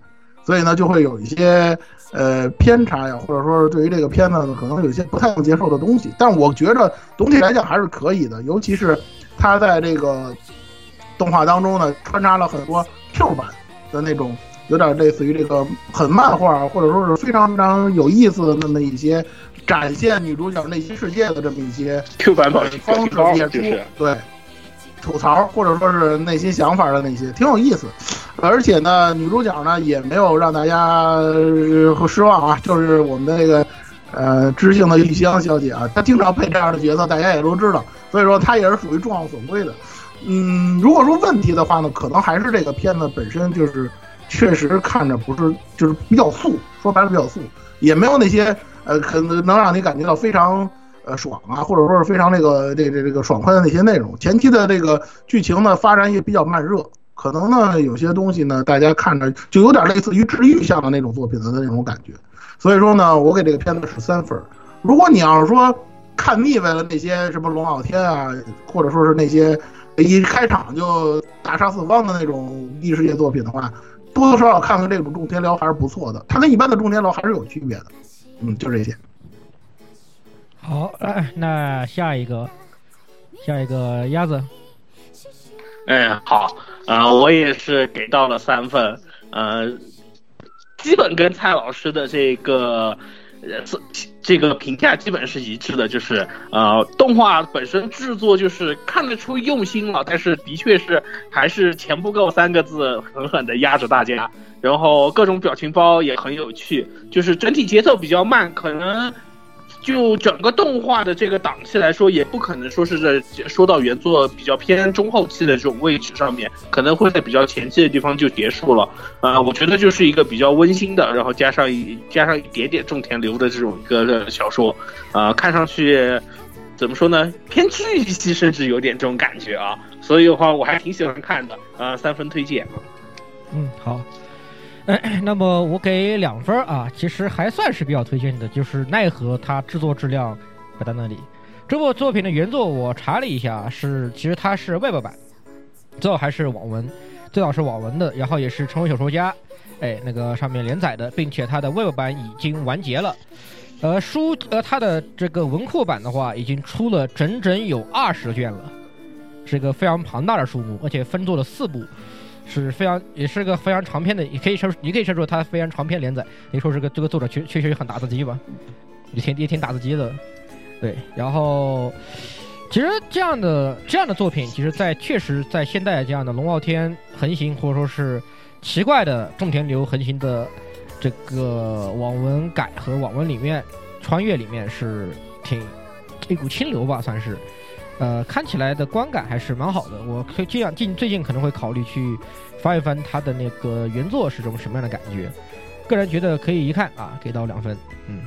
所以呢就会有一些呃偏差呀，或者说是对于这个片子呢可能有一些不太能接受的东西。但我觉着总体来讲还是可以的，尤其是它在这个动画当中呢穿插了很多 Q 版的那种，有点类似于这个很漫画，或者说是非常非常有意思的那么一些展现女主角内心世界的这么一些 Q 版方式演出，对。吐槽或者说是内心想法的那些挺有意思，而且呢女主角呢也没有让大家失望啊，就是我们的这个呃知性的玉香小姐啊，她经常配这样的角色，大家也都知道，所以说她也是属于众望所归的。嗯，如果说问题的话呢，可能还是这个片子本身就是确实看着不是就是比较素，说白了比较素，也没有那些呃可能能让你感觉到非常呃，爽啊，或者说是非常这个这这这个爽快的那些内容。前期的这个剧情呢发展也比较慢热，可能呢有些东西呢大家看着就有点类似于治愈向的那种作品的那种感觉。所以说呢，我给这个片子是三分。如果你要是说看腻歪了那些什么龙傲天啊，或者说是那些一开场就大杀四方的那种异世界作品的话，多多少少看看这种种田寮还是不错的，它跟一般的种田寮还是有区别的。嗯，就这些。 好，呃，那下一个，下一个鸭子。 嗯，好，呃，我也是给到了三分，呃，基本跟蔡老师的这个，呃，这个评价基本是一致的，就是呃，动画本身制作就是看得出用心了，但是的确是还是钱不够三个字狠狠的压着大家，然后各种表情包也很有趣，就是整体节奏比较慢，可能。就整个动画的这个档期来说，也不可能说是这说到原作比较偏中后期的这种位置上面，可能会在比较前期的地方就结束了。呃，我觉得就是一个比较温馨的，然后加上一加上一点点种田流的这种一个小说，呃，看上去怎么说呢，偏治愈系，甚至有点这种感觉啊。所以的话，我还挺喜欢看的，呃，三分推荐。 嗯，好。哎，那么我给两分啊，其实还算是比较推荐的，就是奈何它制作质量摆在那里。这部作品的原作我查了一下，是其实它是 Web 版，最早还是网文，最早是网文的，然后也是成为小说家，哎，那个上面连载的，并且它的 Web 版已经完结了。呃，书呃它的这个文库版的话，已经出了整整有二十卷了，是一个非常庞大的数目，而且分作了四部。是非常，也是个非常长篇的，也可以说，你可以说说它非常长篇连载。你说这个这个作者确确实很打字机吧，也挺也挺打字机的，对。然后，其实这样的这样的作品，其实在确实在现代这样的龙傲天横行，或者说是奇怪的种田流横行的这个网文改和网文里面穿越里面是挺一股清流吧，算是。呃，看起来的观感还是蛮好的，我可以这样近最近可能会考虑去翻一翻他的那个原作是种什么样的感觉，个人觉得可以一看啊，给到两分。嗯，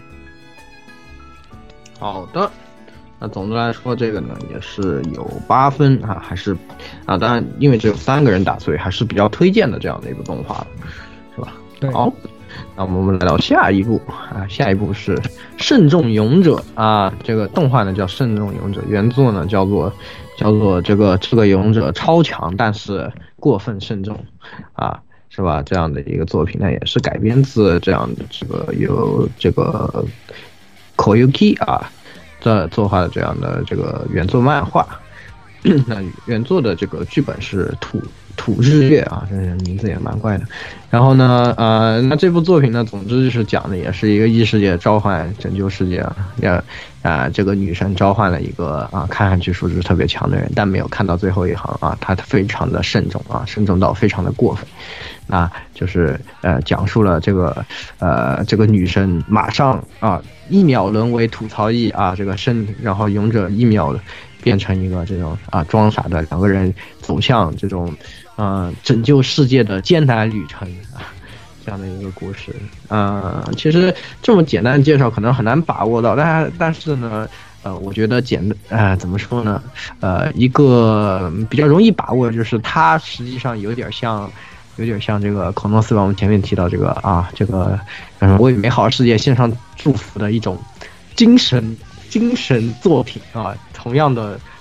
好的，那总的来说这个呢也是有八分啊，还是啊，当然因为只有三个人打，所以还是比较推荐的这样的一个动画，是吧？ 对。 好。那我们来到下一步啊，下一步是《慎重勇者》啊，这个动画呢叫《慎重勇者》，原作呢叫做叫做这个这个勇者超强，但是过分慎重啊，是吧？这样的一个作品呢，也是改编自这样的这个由这个 Koyuki 啊这作画的这样的这个原作漫画。那原作的这个剧本是土土日月啊，这名字也蛮怪的。然后呢，呃，那这部作品呢，总之就是讲的也是一个异世界召唤拯救世界啊，也啊、呃，这个女神召唤了一个啊，看上去素质特别强的人，但没有看到最后一行啊，她非常的慎重啊，慎重到非常的过分。啊，就是呃，讲述了这个呃，这个女神马上啊，一秒沦为吐槽役啊，这个身，然后勇者一秒变成一个这种啊装傻的两个人走向这种呃拯救世界的艰难旅程啊，这样的一个故事。呃，其实这么简单的介绍可能很难把握到，但但是呢。呃，我觉得简呃怎么说呢？呃，一个比较容易把握，就是它实际上有点像，有点像这个孔诺斯吧。我们前面提到这个啊，这个嗯，为美好世界献上祝福的一种精神精神作品啊。同样的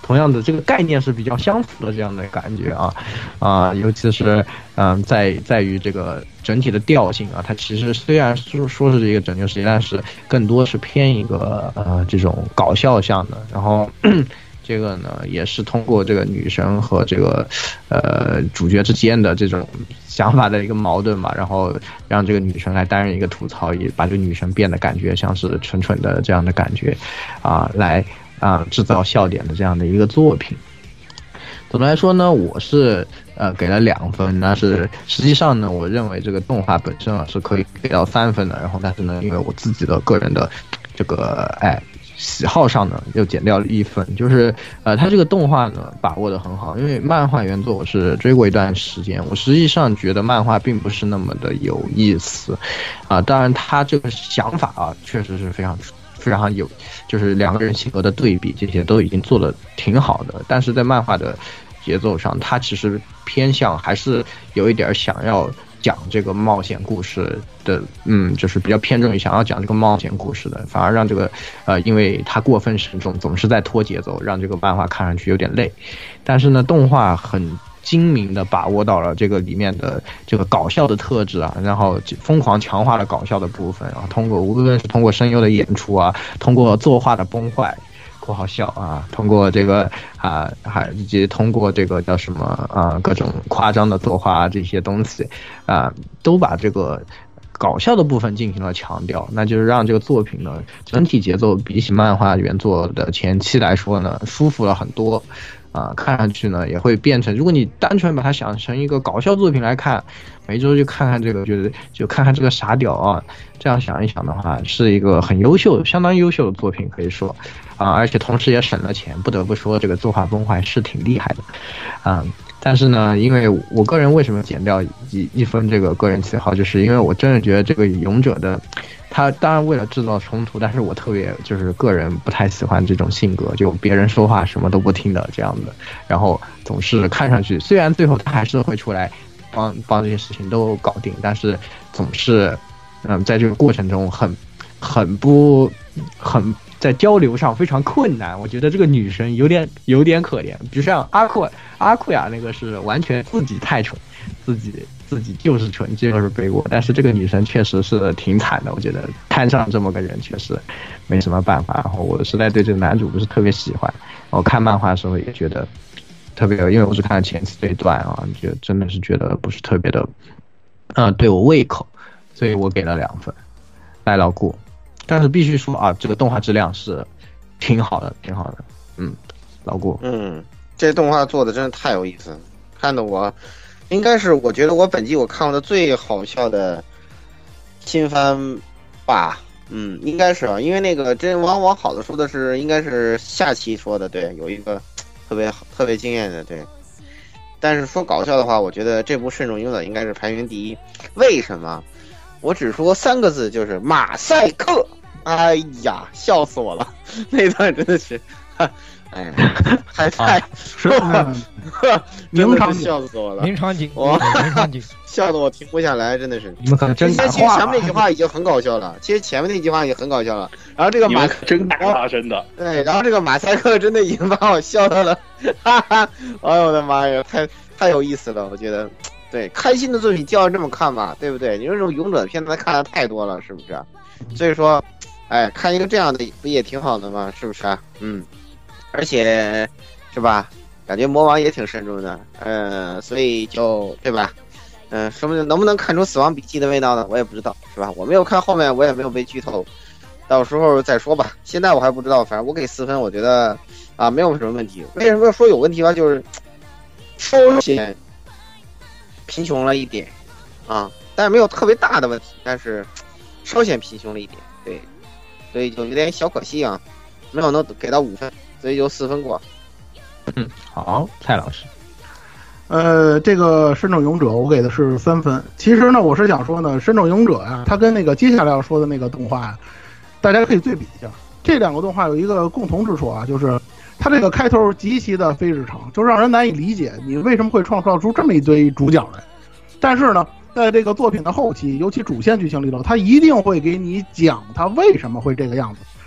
同样的这个概念是比较相符的这样的感觉啊啊，尤其是嗯、呃、在在于这个整体的调性啊，它其实虽然说说是这个拯救世界，但是更多是偏一个呃这种搞笑向的，然后。这个呢，也是通过这个女神和这个，呃，主角之间的这种想法的一个矛盾嘛，然后让这个女神来担任一个吐槽，也把这个女神变得感觉像是蠢蠢的这样的感觉，啊，来啊制造笑点的这样的一个作品。总的来说呢，我是呃给了两分，但是实际上呢，我认为这个动画本身啊是可以给到三分的，然后但是呢，因为我自己的个人的这个哎。喜好上呢又减掉了一分，就是呃，它这个动画呢把握的很好，因为漫画原作我是追过一段时间，我实际上觉得漫画并不是那么的有意思，啊、呃，当然他这个想法啊确实是非常非常有，就是两个人性格的对比这些都已经做得挺好的，但是在漫画的节奏上，它其实偏向还是有一点想要。讲这个冒险故事的，嗯，就是比较偏重于想要讲这个冒险故事的，反而让这个，呃，因为它过分慎重，总是在拖节奏，让这个漫画看上去有点累。但是呢，动画很精明的把握到了这个里面的这个搞笑的特质啊，然后疯狂强化了搞笑的部分，然后通过无论是通过声优的演出啊，通过作画的崩坏。不好笑啊！通过这个啊，还以及通过这个叫什么啊，各种夸张的作画这些东西啊，都把这个搞笑的部分进行了强调，那就是让这个作品呢整体节奏比起漫画原作的前期来说呢舒服了很多啊，看上去呢也会变成，如果你单纯把它想成一个搞笑作品来看，每周就看看这个，就是就看看这个傻屌啊，这样想一想的话，是一个很优秀、相当优秀的作品，可以说。啊，而且同时也省了钱，不得不说这个作画崩坏是挺厉害的，啊、嗯，但是呢，因为我个人为什么减掉一一分这个个人喜好，就是因为我真的觉得这个勇者的，他当然为了制造冲突，但是我特别就是个人不太喜欢这种性格，就别人说话什么都不听的这样的，然后总是看上去虽然最后他还是会出来帮帮这些事情都搞定，但是总是嗯在这个过程中很很不很。在交流上非常困难，我觉得这个女神有点有点可怜，比如像阿库阿库亚那个是完全自己太蠢，自己自己就是蠢，就是背锅。但是这个女神确实是挺惨的，我觉得摊上这么个人确实没什么办法。然后我实在对这个男主不是特别喜欢，我看漫画的时候也觉得特别，因为我只看了前期这一段啊，就真的是觉得不是特别的，嗯、呃，对我胃口，所以我给了两分。来老顾。但是必须说啊，这个动画质量是挺好的，挺好的。嗯，老顾， 嗯，这动画做的真的太有意思了，看得我应该是我觉得我本季我看过的最好笑的新番吧。嗯，应该是啊，因为那个真往往好的说的是应该是下期说的，对，有一个特别特别惊艳的，对。但是说搞笑的话，我觉得这部《慎重勇者》应该是排名第一。为什么？我只说三个字，就是马赛克。哎呀，笑死我了！那段真的是，哎呀，太太是名场景， 笑死我了！ 名场景， 我名场景， 笑得我停不下来，真的是。 你们可真敢其实前面那句话已经很搞笑了，其实前面那句话也很搞笑了。然后这个马真敢啊，真的。 对，然后这个马赛克真的已经把我笑到了，哈哈！哎呦我的妈呀，太太有意思了，我觉得。对，开心的作品就要这么看嘛，对不对？你说这种勇者的片子看的太多了，是不是？所以说，哎，看一个这样的不也挺好的吗？是不是啊？嗯，而且是吧？感觉魔王也挺慎重的，呃，所以就对吧？嗯、呃，说不定能不能看出死亡笔记的味道呢？我也不知道，是吧？我没有看后面，我也没有被剧透，到时候再说吧。现在我还不知道，反正我给四分，我觉得啊没有什么问题。为什么说有问题吧？就是稍显贫穷了一点啊，但是没有特别大的问题，但是稍显贫穷了一点，对，所以就有点小可惜啊，没有能给到五分，所以就四分过。 嗯，好，蔡老师。 呃，这个《深重勇者》我给的是三分。其实呢，我是想说呢，《深重勇者》呀，它跟那个接下来要说的那个动画呀，大家可以对比一下。这两个动画有一个共同之处啊，就是它这个开头极其的非日常，就让人难以理解你为什么会创造出这么一堆主角来。但是呢，在这个作品的后期，尤其主线剧情里头，它一定会给你讲它为什么会这个样子。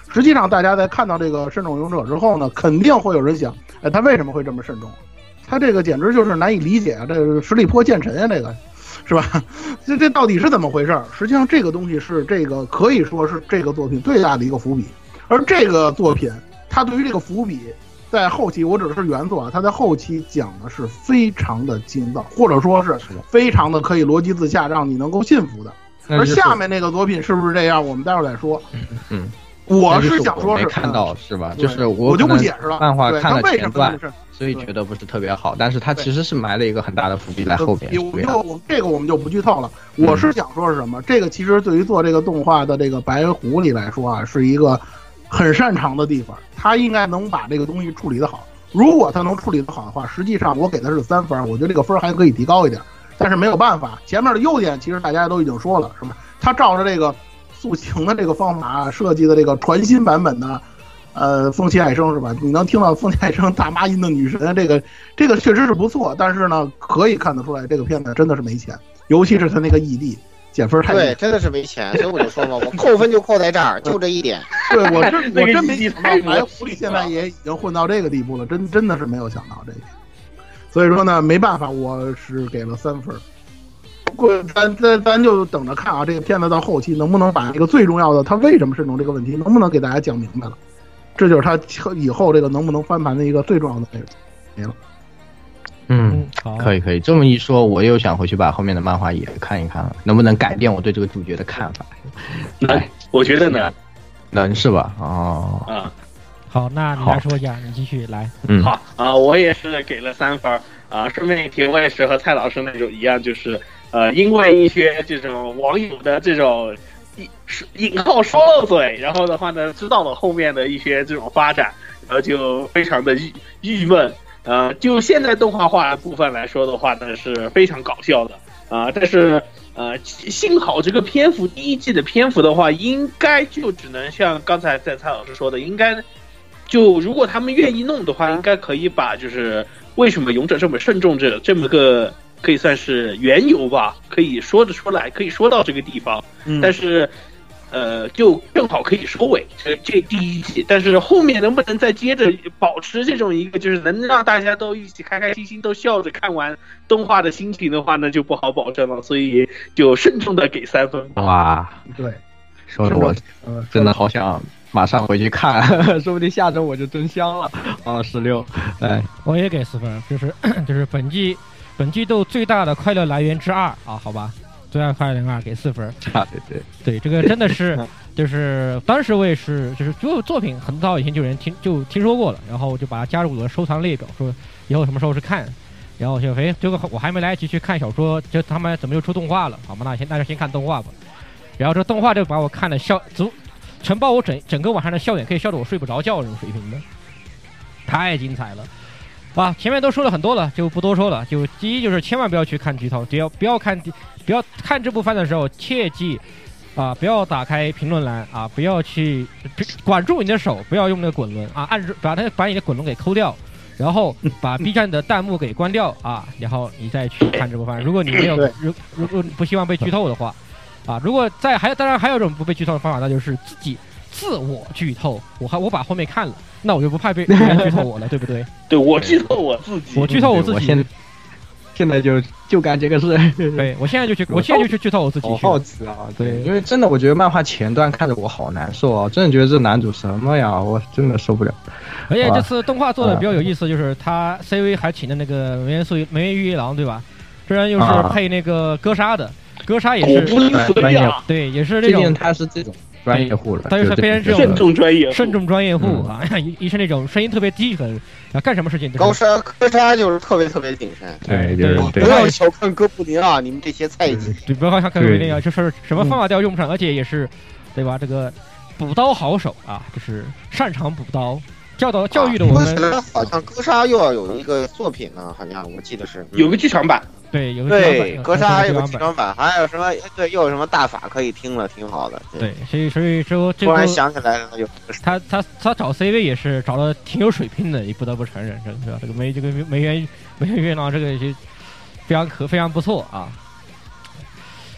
实际上，大家在看到这个慎重勇者之后呢，肯定会有人想，哎，他为什么会这么慎重？他这个简直就是难以理解啊！这个十里坡剑神啊，这个是吧？这这到底是怎么回事？实际上，这个东西是这个可以说是这个作品最大的一个伏笔，而这个作品，它对于这个伏笔。在后期，我指的是原作啊，它在后期讲的是非常的精到，或者说是非常的可以逻辑自洽，让你能够信服的。而下面那个作品是不是这样，我们待会儿再说。 嗯嗯， 我是想说是没看到是吧？就是我我就不解释了。 漫画看了前段， 是所以觉得不是特别好，但是它其实是埋了一个很大的伏笔在后边。 我就我这个我们就不剧透了。我是想说是什么？这个其实对于做这个动画的这个白狐狸来说啊，是一个。很擅长的地方，他应该能把这个东西处理得好。如果他能处理得好的话，实际上我给的是三分，我觉得这个分还可以提高一点。但是没有办法，前面的优点其实大家都已经说了，是吧？他照着这个塑形的这个方法设计的这个全新版本的，呃，风起海生是吧？你能听到风起海生大妈音的女神，这个这个确实是不错。但是呢，可以看得出来，这个片子真的是没钱，尤其是他那个 E D。减分太对，真的是没钱，所以我就说嘛，我扣分就扣在这儿，就这一点。 对我真我真没想到，白狐狸现在也已经混到这个地步了，真真的是没有想到这个。所以说呢，没办法，我是给了三分。过咱咱咱就等着看啊，这个片子到后期能不能把这个最重要的他为什么慎重这个问题，能不能给大家讲明白了？这就是他以后这个能不能翻盘的一个最重要的内容。没了。 嗯，可以可以，这么一说，我又想回去把后面的漫画也看一看了，能不能改变我对这个主角的看法？ 能，我觉得能， 能是吧？哦， 啊， 好，那你来说一下，你继续来。 嗯， 好啊，我也是给了三分啊。顺便一提，我也是和蔡老师那种一样，就是呃，因为一些这种网友的这种引号说漏嘴，然后的话呢，知道了后面的一些这种发展，然后就非常的郁郁闷。呃，就现在动画化的部分来说的话呢，是非常搞笑的啊、呃。但是呃，幸好这个篇幅第一季的篇幅的话，应该就只能像刚才在蔡老师说的，应该就如果他们愿意弄的话，应该可以把就是为什么勇者这么慎重这这么个可以算是缘由吧，可以说得出来，可以说到这个地方。 嗯、 但是。呃，就正好可以收尾这这第一季，但是后面能不能再接着保持这种一个就是能让大家都一起开开心心都笑着看完动画的心情的话呢，就不好保证了，所以就慎重的给三分。 哇， 对， 说的我真的好想马上回去看，说不定下周我就真香了啊！十六，哎， 我也给四分，就是就是本季本季度最大的快乐来源之二啊，好吧。最爱快零二给四分啊，对对对，这个真的是，就是当时我也是，就是就作品很早以前就有人听就听说过了，然后我就把它加入我的收藏列表，说以后什么时候是看，然后就哎，这个我还没来得及去看小说，就他们怎么又出动画了？好吗？那先那就先看动画吧。然后这动画就把我看的笑足，承包我整整个晚上的笑点，可以笑得我睡不着觉这种水平的，太精彩了。啊，前面都说了很多了，就不多说了。就第一就是千万不要去看剧透，不要不要看不要看这部番的时候，切记啊，不要打开评论栏啊，不要去管住你的手，不要用那个滚轮啊，按住把它把你的滚轮给抠掉，然后把 B 站的弹幕给关掉啊，然后你再去看这部番。如果你没有如如果不希望被剧透的话，啊，如果在还当然还有一种不被剧透的方法，那就是自己自我剧透。我还我把后面看了。那我就不怕被别人剧透我了，对不对？ 对，我剧透我自己， 我剧透我自己。 现现在就就干这个事。 对，我现在就去，我现在就去剧透我自己。 好好奇啊，对，因为真的，我觉得漫画前段看着我好难受啊，真的觉得这男主什么呀，我真的受不了。 而且这次动画做的比较有意思，就是他 C V 还请的那个梅原素梅原裕一郎，对吧？这人又是配那个歌莎的，歌莎也是专业， 对，也是那种他是这种。专业户了， 他就是变成这种慎重专业、 慎重专业户啊，一一是那种声音特别低沉，啊，干什么事情高沙科沙就是特别特别谨慎， 对对对， 不要小看哥布林啊，你们这些菜鸡， 对，不要小看哥布林啊，就是什么方法都要用不上，而且也是，对吧？这个补刀好手啊，就是擅长补刀。教导教育的我们、 啊、好像哥莎又要有一个作品呢，好像我记得是有个剧场版， 对，有个对哥莎还有个剧场版，还有什么对，又有什么大法可以听了，挺好的。 对，所以所以说这突然想起来了，有他他他找 C V 也是找的挺有水平的，也不得不承认，是吧？这个梅这个梅原梅原月郎这个也非常可非常不错啊。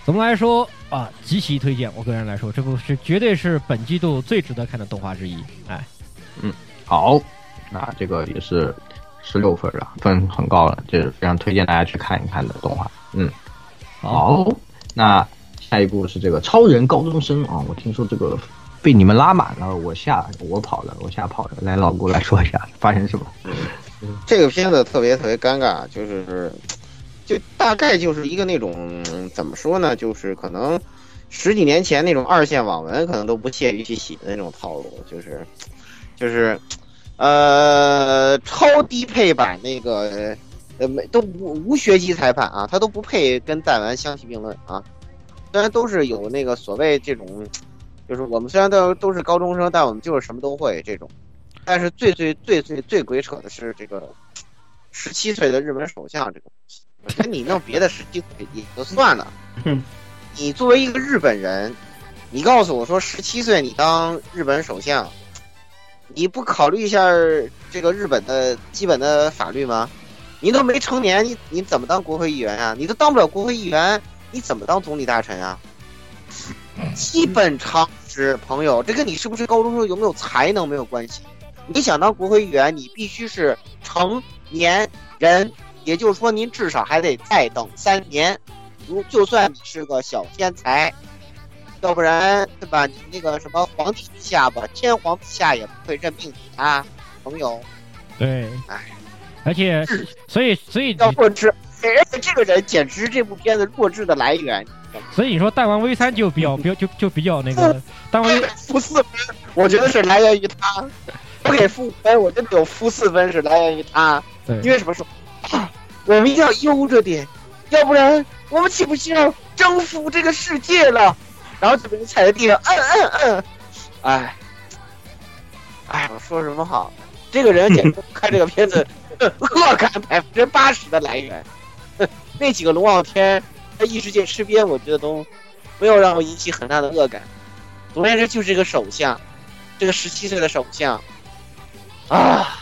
总的来说啊，极其推荐。我个人来说，这部是绝对是本季度最值得看的动画之一。哎， 嗯，好，那这个也是十六分了，分很高了，这是非常推荐大家去看一看的动画。嗯，好，那下一部是这个超人高中生啊，我听说这个被你们拉满了，我下我跑了，我下跑了。来，老顾来说一下发生什么？ 这个片子特别特别尴尬，就是就大概就是一个那种怎么说呢，就是可能十几年前那种二线网文可能都不屑于去写的那种套路，就是就是呃超低配版那个呃没都无无学籍裁判啊，他都不配跟弹丸相提并论啊。虽然都是有那个所谓这种，就是我们虽然都都是高中生，但我们就是什么都会这种。但是最最最最最鬼扯的是这个十七岁的日本首相这个东西，我跟你弄别的十七岁也就算了，你作为一个日本人，你告诉我说十七岁你当日本首相，你不考虑一下这个日本的基本的法律吗？你都没成年，你你怎么当国会议员啊？你都当不了国会议员，你怎么当总理大臣啊？基本常识，朋友，这跟你是不是高中生有没有才能没有关系。你想当国会议员，你必须是成年人，也就是说，您至少还得再等三年。如就算你是个小天才，要不然对吧？你那个什么皇帝陛下吧，天皇陛下也不会任命你啊，朋友。 对， 哎， 而且所以所以要弱智，而且这个人简直是这部片子弱智的来源。 所以你说弹丸 V 三就比较比较就就比较那个弹丸负四分，我觉得是来源于他。不给负分，我真的有负四分是来源于他。 对， 因为什么说啊？我们一定要悠着点，要不然我们岂不是要征服这个世界了？然后就被人踩在地上，嗯嗯嗯，哎，哎，我说什么好？这个人简直看这个片子恶感百分之八十的来源。那几个龙傲天在异世界吃瘪，我觉得都没有让我引起很大的恶感。总而言之，就是这个首相，这个十七岁的首相。啊！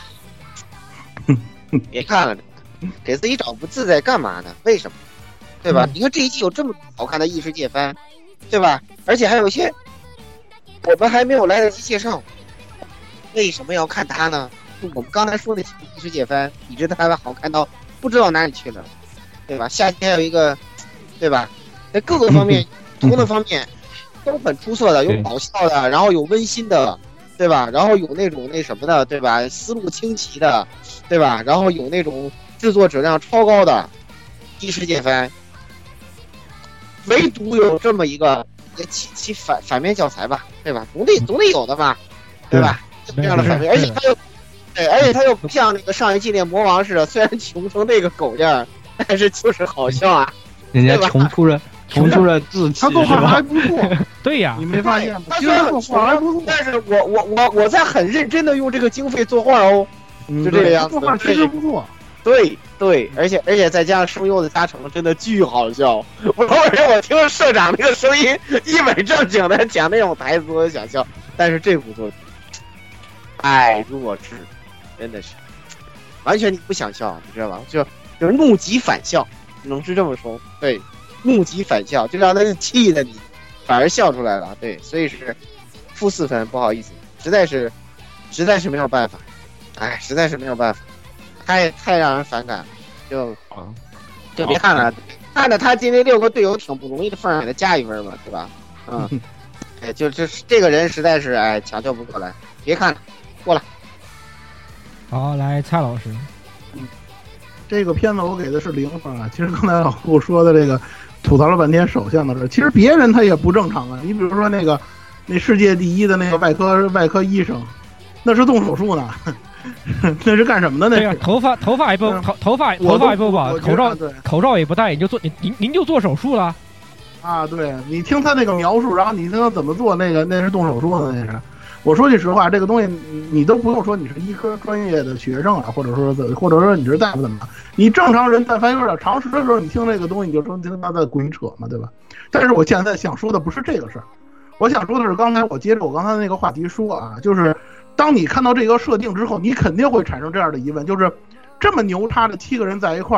别看了，给自己找不自在干嘛呢？为什么？对吧？你看这一季有这么好看的异世界番，对吧？而且还有一些我们还没有来得及介绍，为什么要看它呢？我们刚才说的几个异世界番，比这它好看到不知道哪里去了，对吧？夏天还有一个，对吧？在各个方面、不同的方面都很出色的，有搞笑的，然后有温馨的。对吧？然后有那种那什么的，对吧？思路清奇的，对吧？然后有那种制作质量超高的异世界番，唯独有这么一个其其反反面教材吧，对吧？总得总得有的嘛，对吧？这样的反面，而且他又对，而且他又不像那个上一季那魔王似的，虽然穷成那个狗样，但是就是好笑啊！ 人家穷出了。穷出了志气， 他动画还不错， 对呀， 你没发现吗？ 他虽然动画还不错，但是我我我我在很认真的用这个经费作画哦， 嗯、 就这个样子， 动画确实不错。 对对，而且而且再加上声优的加成，真的巨好笑。我而且我听社长那个声音一本正经的讲那种台词，我想笑。但是这部作品太弱智，真的是完全你不想笑，你知道吧？就就是怒极反笑，只能是这么说。对。怒极反笑，就让他气的你反而笑出来了。对，所以是负四分，不好意思，实在是实在是没有办法，哎，实在是没有办法，太太让人反感，就就别看了，看着他今天六个队友挺不容易的份上，给他加一分吧，对吧？嗯，哎，就就是这个人实在是哎抢救不过来，别看了，过了。 好，来蔡老师。 这个片子我给的是零分啊。其实刚才老顾说的这个吐槽了半天首相的事，其实别人他也不正常啊。你比如说那个那世界第一的那个外科外科医生，那是动手术呢，那是干什么的？那对呀、啊，头发头发也不头头发头发也不保，口罩口罩也不戴，你就做您您您就做手术了啊？对，你听他那个描述，然后你听他怎么做，那个那是动手术的，那是。我说句实话，这个东西你都不用说你是医科专业的学生啊，或者说或者说你是大夫怎么，你正常人但凡有点常识的时候，你听这个东西你就说听他在鬼扯嘛，对吧？但是我现在想说的不是这个事儿，我想说的是刚才我接着我刚才那个话题说啊，就是当你看到这个设定之后，你肯定会产生这样的疑问，就是这么牛叉的七个人在一块儿，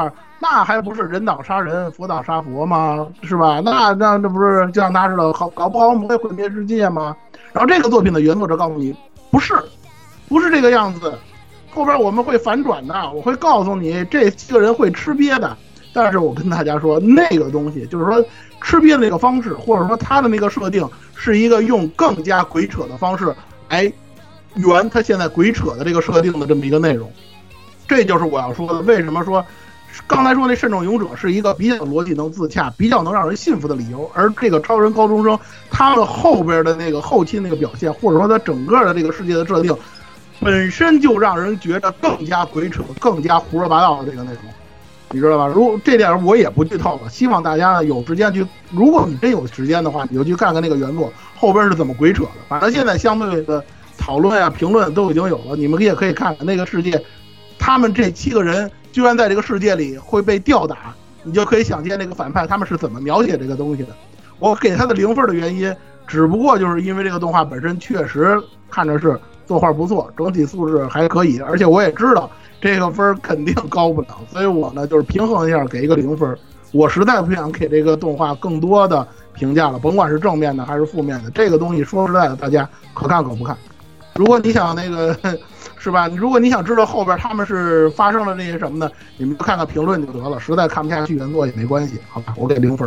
那还不是人挡杀人，佛挡杀佛吗？是吧？那那这不是就像他似的，搞搞不好我们会毁灭世界吗？然后这个作品的原作者告诉你，不是，不是这个样子。后边我们会反转的，我会告诉你这七个人会吃瘪的。但是我跟大家说，那个东西就是说吃瘪的那个方式，或者说他的那个设定，是一个用更加鬼扯的方式来圆他现在鬼扯的这个设定的这么一个内容。这就是我要说的，为什么说刚才说那慎重勇者是一个比较逻辑能自洽、比较能让人信服的理由，而这个超人高中生他们后边的那个后期那个表现，或者说他整个的这个世界的设定，本身就让人觉得更加鬼扯、更加胡说八道的这个内容，你知道吧？如这点我也不剧透了，希望大家呢有时间去，如果你真有时间的话，你就去看看那个原作后边是怎么鬼扯的。反正现在相对的讨论啊、评论都已经有了，你们也可以看看那个世界，他们这七个人居然在这个世界里会被吊打，你就可以想见那个反派他们是怎么描写这个东西的。我给他的零分的原因，只不过就是因为这个动画本身确实看着是作画不错，整体素质还可以，而且我也知道这个分肯定高不了，所以我呢就是平衡一下给一个零分。我实在不想给这个动画更多的评价了，甭管是正面的还是负面的，这个东西说实在的，大家可看可不看。如果你想那个是吧，如果你想知道后边他们是发生了这些什么呢，你们就看看评论就得了，实在看不下去原作也没关系，好吧，我给零分。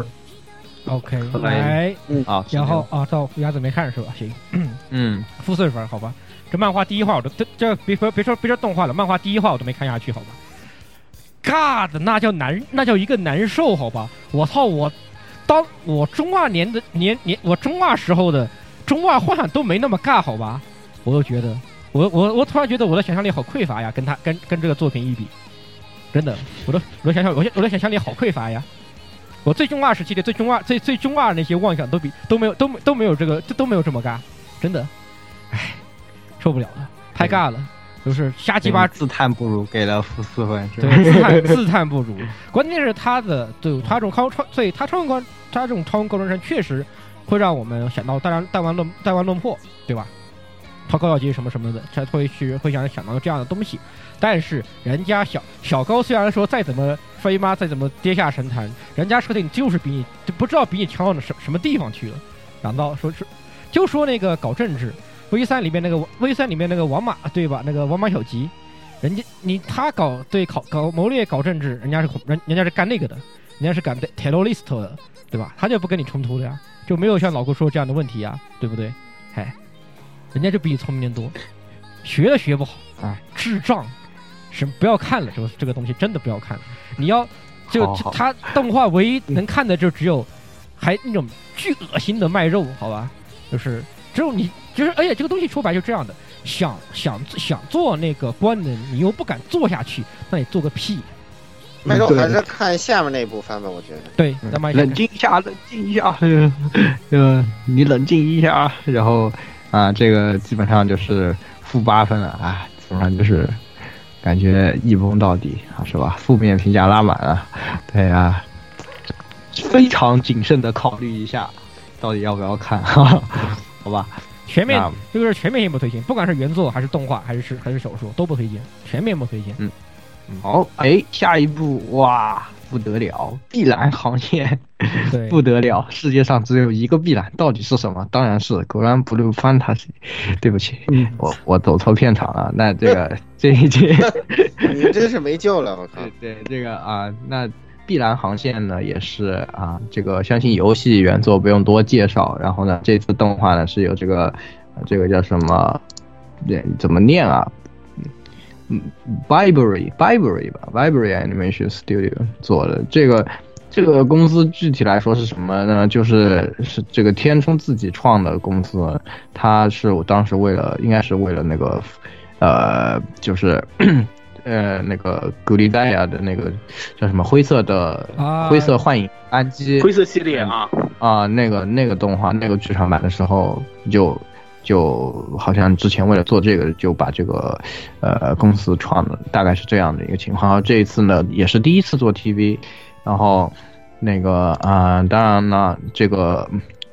OK， 来， 嗯，好， 然后啊，到鸭子没看是吧？行， 嗯， 负四分，好吧。这漫画第一话我都这这别说别说别说动画了，漫画第一话我都没看下去，好吧。God， 那叫难，那叫一个难受，好吧。我操，我当我中二年的年年，我中二时候的中二幻想都没那么尬，好吧。我都觉得，我我我突然觉得我的想象力好匮乏呀，跟他跟跟这个作品一比，真的，我的我的想象我我的想象力好匮乏呀。我最中二时期的最中二最最中二那些妄想都比都没有都都没有这个都没有这么尬，真的，唉，受不了了，太尬了，就是瞎鸡巴自叹不如，给了负四分， 对，自叹自叹不如。关键是他的对他这种超超，所以他超人高他这种超人高中生确实会让我们想到弹弹丸论弹丸论破，对吧？超高校级什么什么的，才会去会想想到这样的东西。但是人家小小高虽然说再怎么飞妈再怎么跌下神坛，人家设定就是比你就不知道比你强到什什么地方去了。想到说是就说那个搞政治 V 三里面那个 V 三里面那个王马对吧？那个王马小吉，人家你他搞对搞搞谋略搞政治，人家是人人家是干那个的，人家是干 terrorist 的，对吧？他就不跟你冲突的呀，就没有像老顾说这样的问题呀，对不对？哎。人家就比你聪明多，学了学不好啊，智障，是不要看了，这个这个东西真的不要看了。你要就好好他动画唯一能看的就只有还那种巨恶心的卖肉，好吧？就是只有你就是而且这个东西说白就这样的，想想想做那个官能，你又不敢做下去，那你做个屁！ 卖肉还是看下面那部分吧，我觉得。 对， 嗯、冷静一下，冷静一下，呃，你冷静一下，然后。啊，这个基本上就是负八分了啊，基本上就是感觉一崩到底啊，是吧？负面评价拉满了，对啊，非常谨慎的考虑一下，到底要不要看，哈哈好吧？ 全面就是全面性不推荐，不管是原作还是动画还是还是手术都不推荐，全面不推荐。 嗯，好，哎，下一部哇。不得了，碧蓝行业， 对， 不得了！世界上只有一个碧蓝，到底是什么？当然是格兰 Blue Fantasy。对不起，嗯、我我走错片场了。那这个这一集， 你真是没救了，我靠！ 对对，这个啊，那碧蓝航线呢也是啊，这个相信游戏原作不用多介绍。然后呢，这次动画呢是有这个这个叫什么？对，怎么念啊？嗯 ，Vibrary Vibrary 吧 ，Vibrary Animation Studio 做的这个这个公司具体来说是什么呢？就是是这个天冲自己创的公司，它是我当时为了应该是为了那个呃，就是呃那个古力盖亚的那个叫什么灰色的、啊、灰色幻影扳机灰色系列啊啊那个那个动画那个剧场版的时候就。就好像之前为了做这个就把这个呃公司创的大概是这样的一个情况，然后这一次呢也是第一次做 T V， 然后那个啊、呃、当然呢这个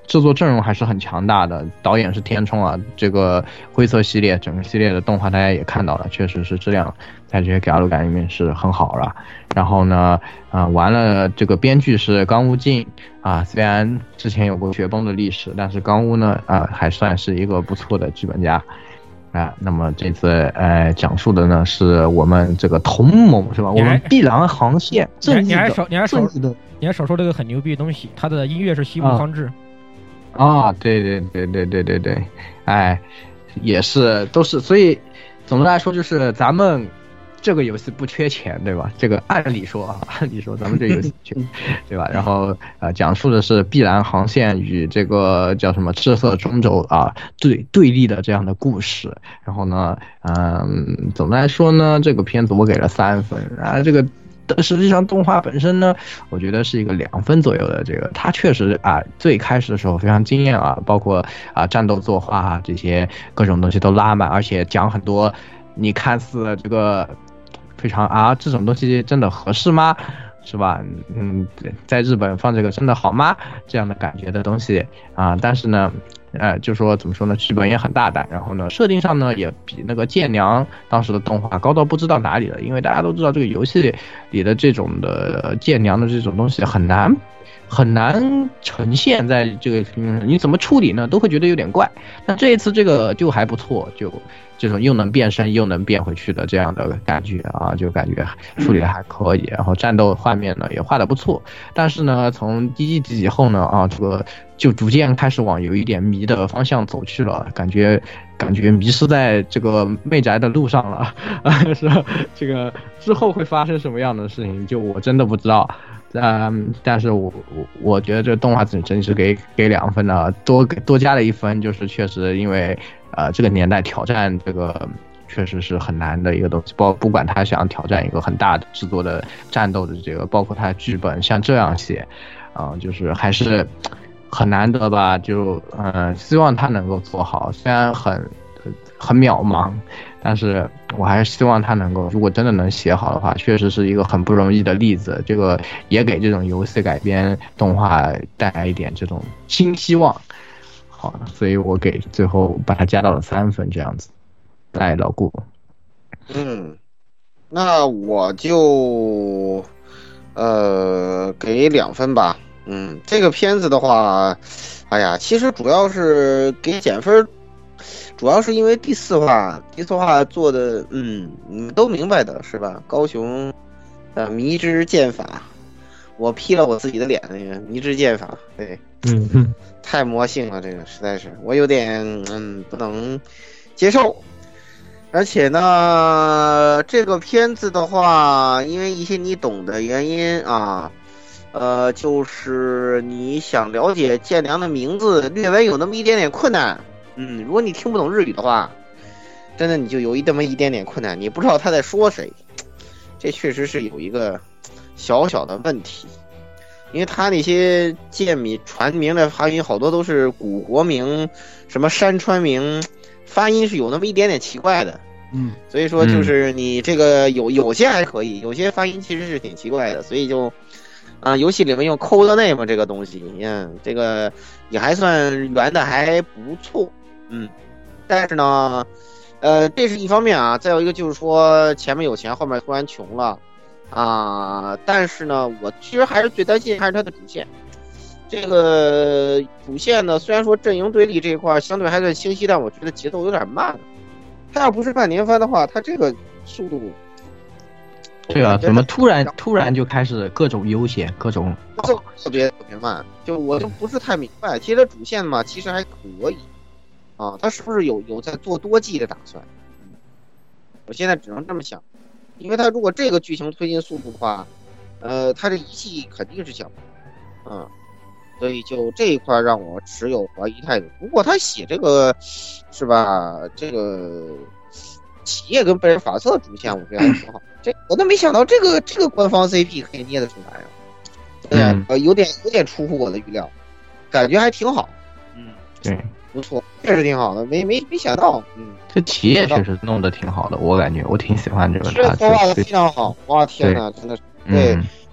制作阵容还是很强大的，导演是天冲啊，这个灰色系列整个系列的动画大家也看到了，确实是质量在这些改录感里面是很好了。然后呢，啊、呃，完了这个编剧是冈屋静啊，虽然之前有过雪崩的历史，但是冈屋呢啊、呃、还算是一个不错的剧本家。啊，那么这次呃讲述的呢是我们这个同盟是吧？我们碧蓝航线正义的， 你还手你还手的， 你还少说这个很牛逼的东西，它的音乐是西部方志。 啊，对对对对对对对，哎，也是都是，所以总的来说就是咱们这个游戏不缺钱，对吧？这个按理说啊，按理说咱们这个游戏缺，对吧？然后呃，讲述的是碧蓝航线与这个叫什么赤色中轴啊对对立的这样的故事。然后呢，嗯，总的来说呢，这个片子我给了三分啊，这个。实际上动画本身呢，我觉得是一个两分左右的这个，它确实啊，最开始的时候非常惊艳啊，包括啊战斗作画啊这些各种东西都拉满，而且讲很多你看似这个非常啊这种东西真的合适吗？是吧？嗯，在日本放这个真的好吗？这样的感觉的东西啊，但是呢。呃，就说怎么说呢，剧本也很大胆，然后呢，设定上呢也比那个剑娘当时的动画高到不知道哪里了，因为大家都知道这个游戏里的这种的剑娘的这种东西很难很难呈现在这个，嗯，你怎么处理呢，都会觉得有点怪。但这一次这个就还不错，就这种又能变身又能变回去的这样的感觉啊，就感觉处理的还可以。然后战斗画面呢也画的不错，但是呢，从第一集以后呢，啊，这个就逐渐开始往有一点迷的方向走去了，感觉感觉迷失在这个媚宅的路上了啊，是吧？这个之后会发生什么样的事情，就我真的不知道。嗯，但是我我我觉得这动画真真是给给两分的，多多加了一分，就是确实因为呃这个年代挑战这个确实是很难的一个东西，包不管他想挑战一个很大的制作的战斗的这个，包括他剧本像这样写，啊、呃，就是还是很难得吧，就呃希望他能够做好，虽然很很渺茫。但是我还是希望他能够，如果真的能写好的话，确实是一个很不容易的例子。这个也给这种游戏改编动画带来一点这种新希望。好，所以我给最后把它加到了三分这样子。来，老顾。 嗯，那我就呃给两分吧。嗯，这个片子的话，哎呀，其实主要是给减分。主要是因为第四话，第四话做的，嗯，你们都明白的是吧？高雄的迷之剑法，我劈了我自己的脸，那个迷之剑法，对， 嗯嗯， 太魔性了，这个实在是我有点嗯不能接受。而且呢，这个片子的话，因为一些你懂的原因啊，呃，就是你想了解剑娘的名字，略微有那么一点点困难。嗯，如果你听不懂日语的话，真的你就有一这么一点点困难，你不知道他在说谁，这确实是有一个小小的问题，因为他那些剑米传名的发音好多都是古国名，什么山川名，发音是有那么一点点奇怪的。 嗯， 所以说就是你这个有有些还可以，有些发音其实是挺奇怪的，所以就啊、呃，游戏里面用 code name 这个东西，嗯，这个也还算圆的还不错。嗯，但是呢，呃，这是一方面啊，再有一个就是说前面有钱，后面突然穷了啊、呃。但是呢，我其实还是最担心还是它的主线。这个主线呢，虽然说阵营对立这一块相对还算清晰，但我觉得节奏有点慢。它要不是半年番的话，它这个速度， 对啊，怎么突然突然就开始各种悠闲，各种特别特别慢，就我就不是太明白。其实主线嘛，其实还可以。啊，他是不是有有在做多季的打算？我现在只能这么想，因为他如果这个剧情推进速度的话，呃，他这一季肯定是想，嗯，所以就这一块让我持有怀疑态度。不过他写这个是吧？这个企业跟贝尔法瑟主线，我觉得还挺好。这我都没想到这个这个官方 C P 可以捏得出来啊！对呀、嗯，呃，有点有点出乎我的预料，感觉还挺好。嗯， 对。 不错，确实挺好的，没没没想到，嗯， 这企业确实弄得挺好的，我感觉我挺喜欢这个。 这策划的非常好，哇天哪，真的是对，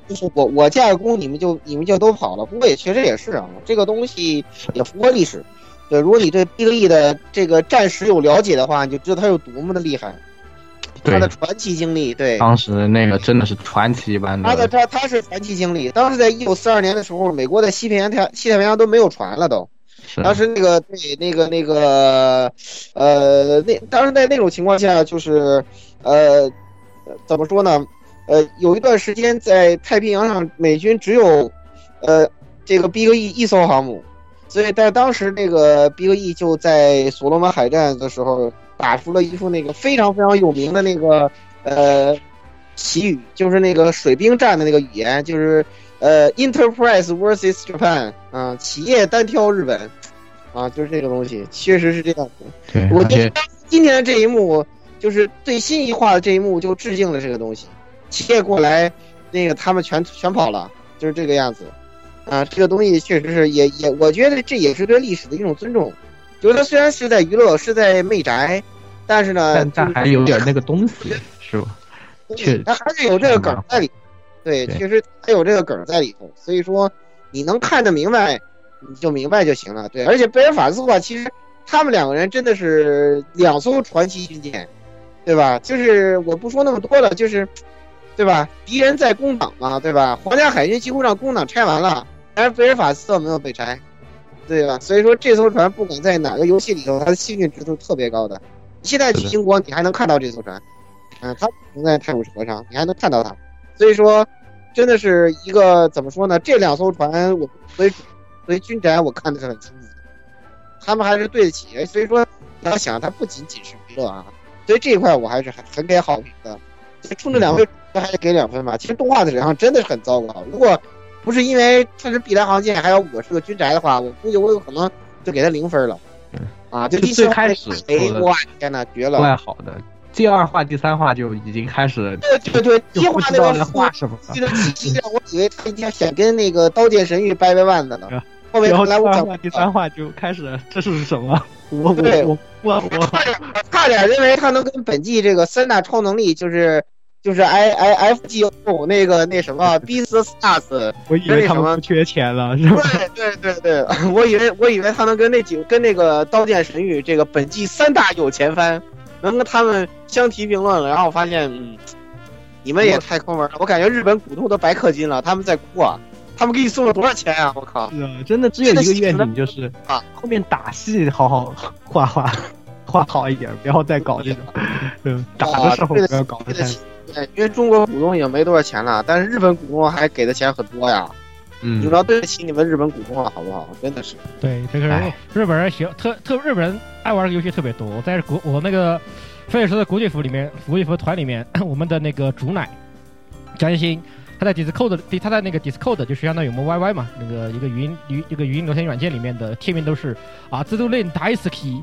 就是我我架个功，你们就你们就都跑了。不过也确实也是啊，这个东西也符合历史。对，如果你对 Big E 的这个战史有了解的话，你就知道他有多么的厉害，他的传奇经历。对， 当时那个真的是传奇一般的。 他的他他是传奇经历。当时在一九四二年的时候，美国的西太平洋西太平洋都没有船了都。当时那个对那个那个呃那当时在那种情况下，就是呃怎么说呢？呃，有一段时间在太平洋上，美军只有呃这个 Big E 一艘航母。所以在当时那个 Big E 就在所罗门海战的时候打出了一副那个非常非常有名的那个呃旗语，就是那个水兵战的那个语言，就是呃 Enterprise versus Japan 啊、呃，企业单挑日本啊，就是这个东西，确实是这样子。 对， 我觉得今天的这一幕就是最新一话的这一幕就致敬了这个东西，企业过来，那个他们全全跑了，就是这个样子。啊，这个东西确实是也也，我觉得这也是对历史的一种尊重。就是它虽然是在娱乐，是在媚宅，但是呢， 但但还有点那个东西，是吧？确， 它还是有这个梗在里头。对，确实还有这个梗在里头。所以说，你能看得明白，你就明白就行了。对，而且贝尔法斯的话，其实他们两个人真的是两艘传奇军舰，对吧？就是我不说那么多了，就是，对吧？敌人在攻党嘛，对吧？皇家海军几乎让攻党拆完了。但是贝尔法斯特没有被拆，对吧？所以说这艘船不管在哪个游戏里头，它的幸运值都特别高的。现在去英国，你还能看到这艘船，嗯、呃，它停在泰晤士河上，你还能看到它。所以说，真的是一个怎么说呢？这两艘船，我作为作为军宅，我看的是很舒服的，他们还是对得起。所以说，你要想，它不仅仅是娱乐啊，所以这一块我还是很很给好评的。冲着两分还是给两分吧。其实动画的质量真的是很糟糕，如果不是因为它是碧蓝航舰，还有我是个军宅的话，我估计我有可能就给他零分了。啊，就最开始， 哇，天哪，绝了！ 怪好的，第二话、第三话就已经开始， 对对对，第一话那个画什么， 记得气让我以为他一天想跟那个刀剑神域掰掰腕子呢。后面后来我讲第三话就开始，这是什么？我我我我我差点差点认为他能跟本季这个三大超能力就是。就是 I I F G O 那个那什么 Beast Stars， 我以为他们不缺钱了，是吧？ 对对对对，我以为我以为他能跟那几跟那个刀剑神域这个本季三大有钱番能跟他们相提并论了，然后我发现，嗯，你们也太抠门了，我感觉日本股东都白氪金了，他们在哭啊，他们给你送了多少钱啊？我靠！ 是啊，真的只有一个愿景，就是啊，后面打戏好好画画画好一点，不要再搞这种，嗯，打的时候不要搞得太。 对，因为中国股东也没多少钱了，但是日本股东还给的钱很多呀。嗯，你们要对得起你们日本股东了，好不好？真的是。 对，这个日本人喜特特日本人爱玩的游戏特别多。我在国我那个菲尔斯的国际服里面，国际服团里面，我们的那个主奶占星，他在 Discord， 他在那个 Discord 就是相当于我们 Y Y 嘛，那个一个语音语一个语音聊天软件里面的贴面都是啊，自动练 Daisuke。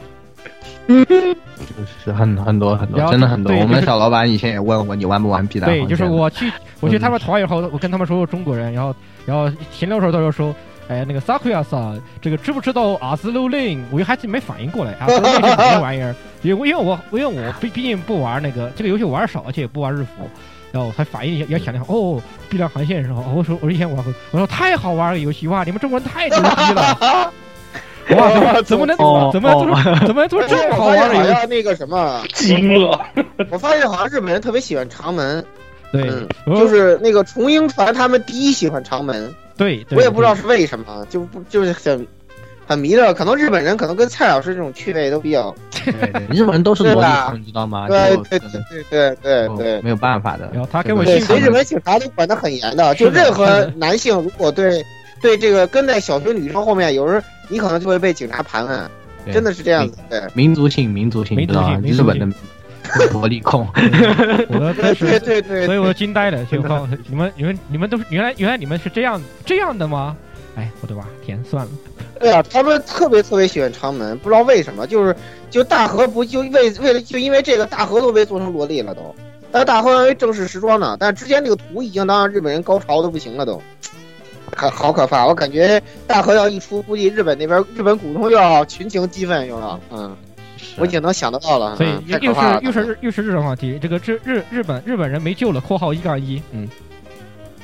就是很很多很多，真的很多。我们小老板以前也问我，你玩不玩碧蓝？ 对，就是我去我去他们团以后，我跟他们说中国人，然后然后闲聊的时候他就说，哎，那个 Sakuya 桑，这个知不知道阿斯路令？我还是没反应过来，阿斯路令是什么玩意儿？因为因为我因为我毕毕竟不玩那个这个游戏玩少，而且也不玩日服，然后才反应也也想想，哦，碧蓝航线是吧？我说我以前玩过，我说太好玩了游戏，哇，你们中国人太牛逼了。哇，怎么能、哦、怎么能做、哦、怎么能做这么好玩的？ 好像那个什么惊了！ 我发现好像日本人特别喜欢长门， 对、 嗯，就是那个重英传他们第一喜欢长门， 对， 我也不知道是为什么，就不就是很很迷的，可能日本人可能跟蔡老师这种趣味都比较， 对对，日本人都是萝莉控，你知道吗？ 对对对对对对对， 没有办法的。 然后他给我对，所以日本警察都管得很严的，就任何男性如果对对这个跟在小学女生后面，有时候。你可能就会被警察盘问，真的是这样子。对， 民族性，民族性， 民族性， 日本的萝莉控。 我对对对对， 所以我惊呆了。就靠你们，你们，你们都是原来原来你们是这样这样的吗？哎，我的妈，天，算了。 对啊，他们特别特别喜欢长门，不知道为什么，就是就大河不就为为了就因为这个大河都被做成萝莉了都，但是大河为正式时装呢，但之前这个图已经当让日本人高潮的不行了都。好可怕！我感觉大河要一出，估计日本那边日本股东又要群情激愤，又要嗯，我已经能想得到了。 所以又是又是又是日本话题，这个日日日本日本人没救了（括号一杠一）。嗯，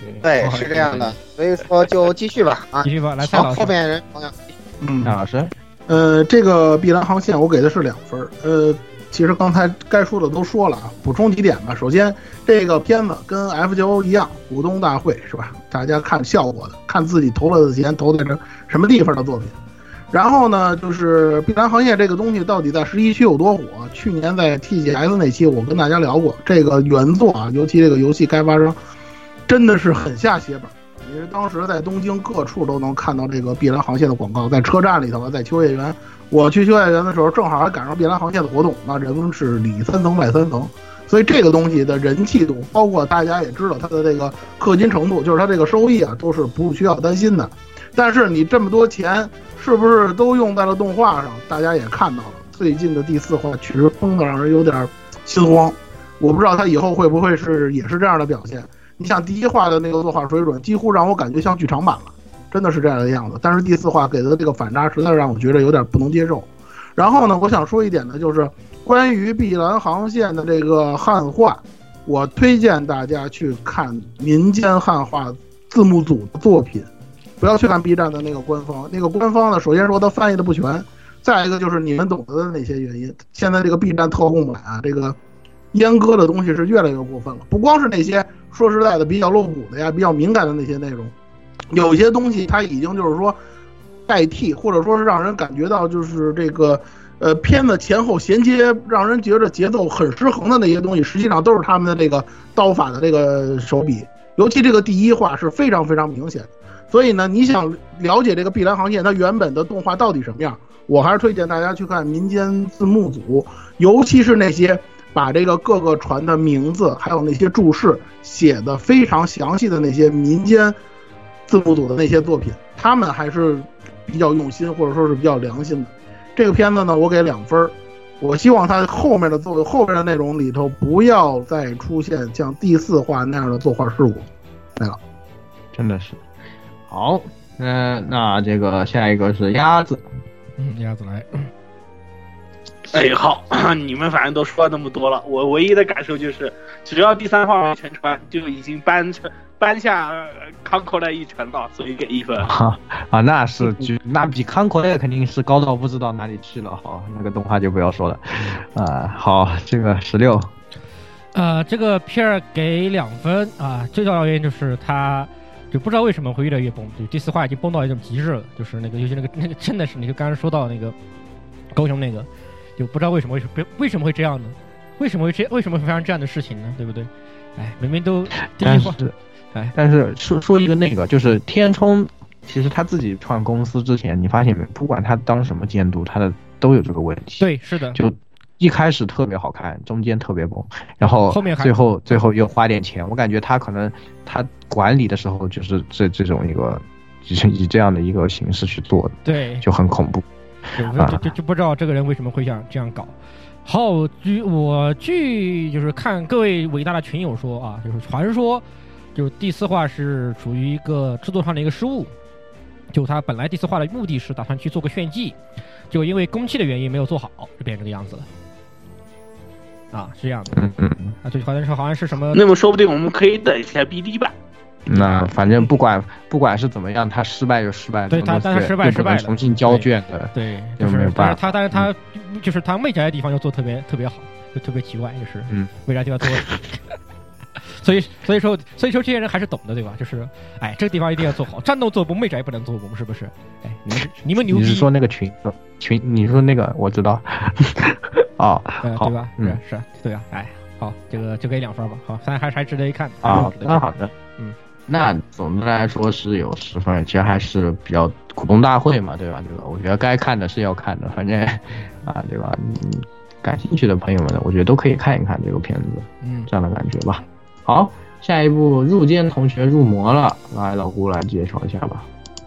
对，是这样的，所以说就继续吧啊， 继续吧，来蔡老师， 后边人朋友， 嗯， 蔡老师， 呃，这个碧蓝航线我给的是两分儿，呃。其实刚才该说的都说了啊，补充几点吧。首先，这个片子跟 F 九 O 一样，股东大会是吧？大家看效果的，看自己投了的钱投在这什么地方的作品。然后呢，就是碧蓝航线这个东西到底在十一区有多火？去年在 T G S 那期我跟大家聊过，这个原作啊，尤其这个游戏开发商真的是很下血本。因为当时在东京各处都能看到这个碧蓝航线的广告，在车站里头啊，在秋叶原。我去秋叶原的时候，正好还赶上碧蓝航线的活动，那人们是里三层外三层，所以这个东西的人气度，包括大家也知道它的这个氪金程度，就是它这个收益啊，都是不需要担心的。但是你这么多钱是不是都用在了动画上？大家也看到了，最近的第四话确实疯的让人有点心慌。我不知道它以后会不会是也是这样的表现。你想第一话的那个作画水准，几乎让我感觉像剧场版了。真的是这样的样子，但是第四话给的这个反差实在让我觉得有点不能接受。然后呢，我想说一点呢，就是关于碧蓝航线的这个汉化，我推荐大家去看民间汉化字幕组的作品，不要去看 B 站的那个官方。那个官方呢，首先说它翻译的不全，再一个就是你们懂得的那些原因。现在这个 B 站特供版啊，这个阉割的东西是越来越过分了，不光是那些说实在的比较露骨的呀、比较敏感的那些内容。有些东西它已经就是说代替，或者说是让人感觉到就是这个呃片子前后衔接，让人觉得节奏很失衡的那些东西，实际上都是他们的这个刀法的这个手笔。尤其这个第一话是非常非常明显的。所以呢，你想了解这个碧蓝航线它原本的动画到底什么样，我还是推荐大家去看民间字幕组，尤其是那些把这个各个船的名字还有那些注释写的非常详细的那些民间字幕组的那些作品，他们还是比较用心，或者说是比较良心的。这个片子呢，我给两分。我希望它后面的作后面的内容里头不要再出现像第四话那样的作画事故。没了， 真的是。好，那那这个下一个是鸭子， 嗯，鸭子来。 哎，好，你们反正都说了那么多了，我唯一的感受就是，只要第三话全传，就已经搬成搬下康口莱一城了，所以给一分。 啊啊，那是就那比康口莱肯定是高到不知道哪里去了。好，那个动画就不要说了。啊，好，这个十六， 呃，这个片儿给两分啊，最重要的原因就是他就不知道为什么会越来越崩，就第四话已经崩到一种极致了，就是那个尤其那个那个真的是你就刚刚说到那个高雄那个。就不知道为什么为什么为什么会这样呢？为什么会这为什么会发生这样的事情呢？对不对？哎，明明都第一话， 哎，但是说说一个那个，就是天冲，其实他自己创公司之前，你发现没？不管他当什么监督，他的都有这个问题。 对，是的。 就一开始特别好看，中间特别崩，然后后面最后最后又花点钱。我感觉他可能他管理的时候就是这这种一个，就是以这样的一个形式去做的， 对， 就很恐怖。 就就就不知道这个人为什么会想这样搞。好，据我据就是看各位伟大的群友说啊，就是传说，就第四话是属于一个制作上的一个失误，就他本来第四话的目的是打算去做个炫技，就因为工期的原因没有做好，就变成这个样子了。啊，是这样的。 嗯嗯啊，就好像是好像是什么？ 那么说不定我们可以等一下 B D 版。 那反正不管不管是怎么样，他失败就失败， 对他，但是失败失败了， 重新交卷的， 对， 就是，但是他但是他、 嗯、 就是他未来的地方又做特别特别好，就特别奇怪，就是嗯， 未来地方做，所以所以说所以说这些人还是懂的，对吧？就是哎，这个地方一定要做好，战斗做不，未来不能做不，是不是？哎，你们你们牛逼！ 你是说那个群群？你说那个我知道，哦， 呃、 好对吧？ 嗯， 是是，对吧？哎，好，这个就给两分吧，好，反正还还值得一看啊。那好的， 嗯。 那总的来说是有十分，其实还是比较股东大会嘛，对吧？这个我觉得该看的是要看的，反正啊，对吧？嗯，感兴趣的朋友们呢，我觉得都可以看一看这个片子， 嗯， 这样的感觉吧。好，下一部入间同学入魔了，来老顾来介绍一下吧。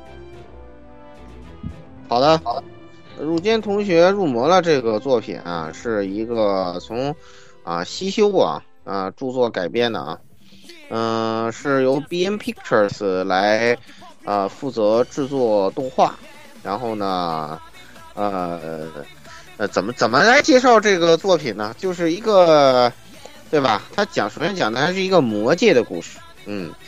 好的，好的。入间同学入魔了这个作品啊，是一个从啊西修啊啊著作改编的啊。嗯、呃，是由 B M Pictures 来，呃，负责制作动画。然后呢，呃，呃，怎么怎么来介绍这个作品呢？就是一个，对吧？他讲首先讲的还是一个魔界的故事。嗯，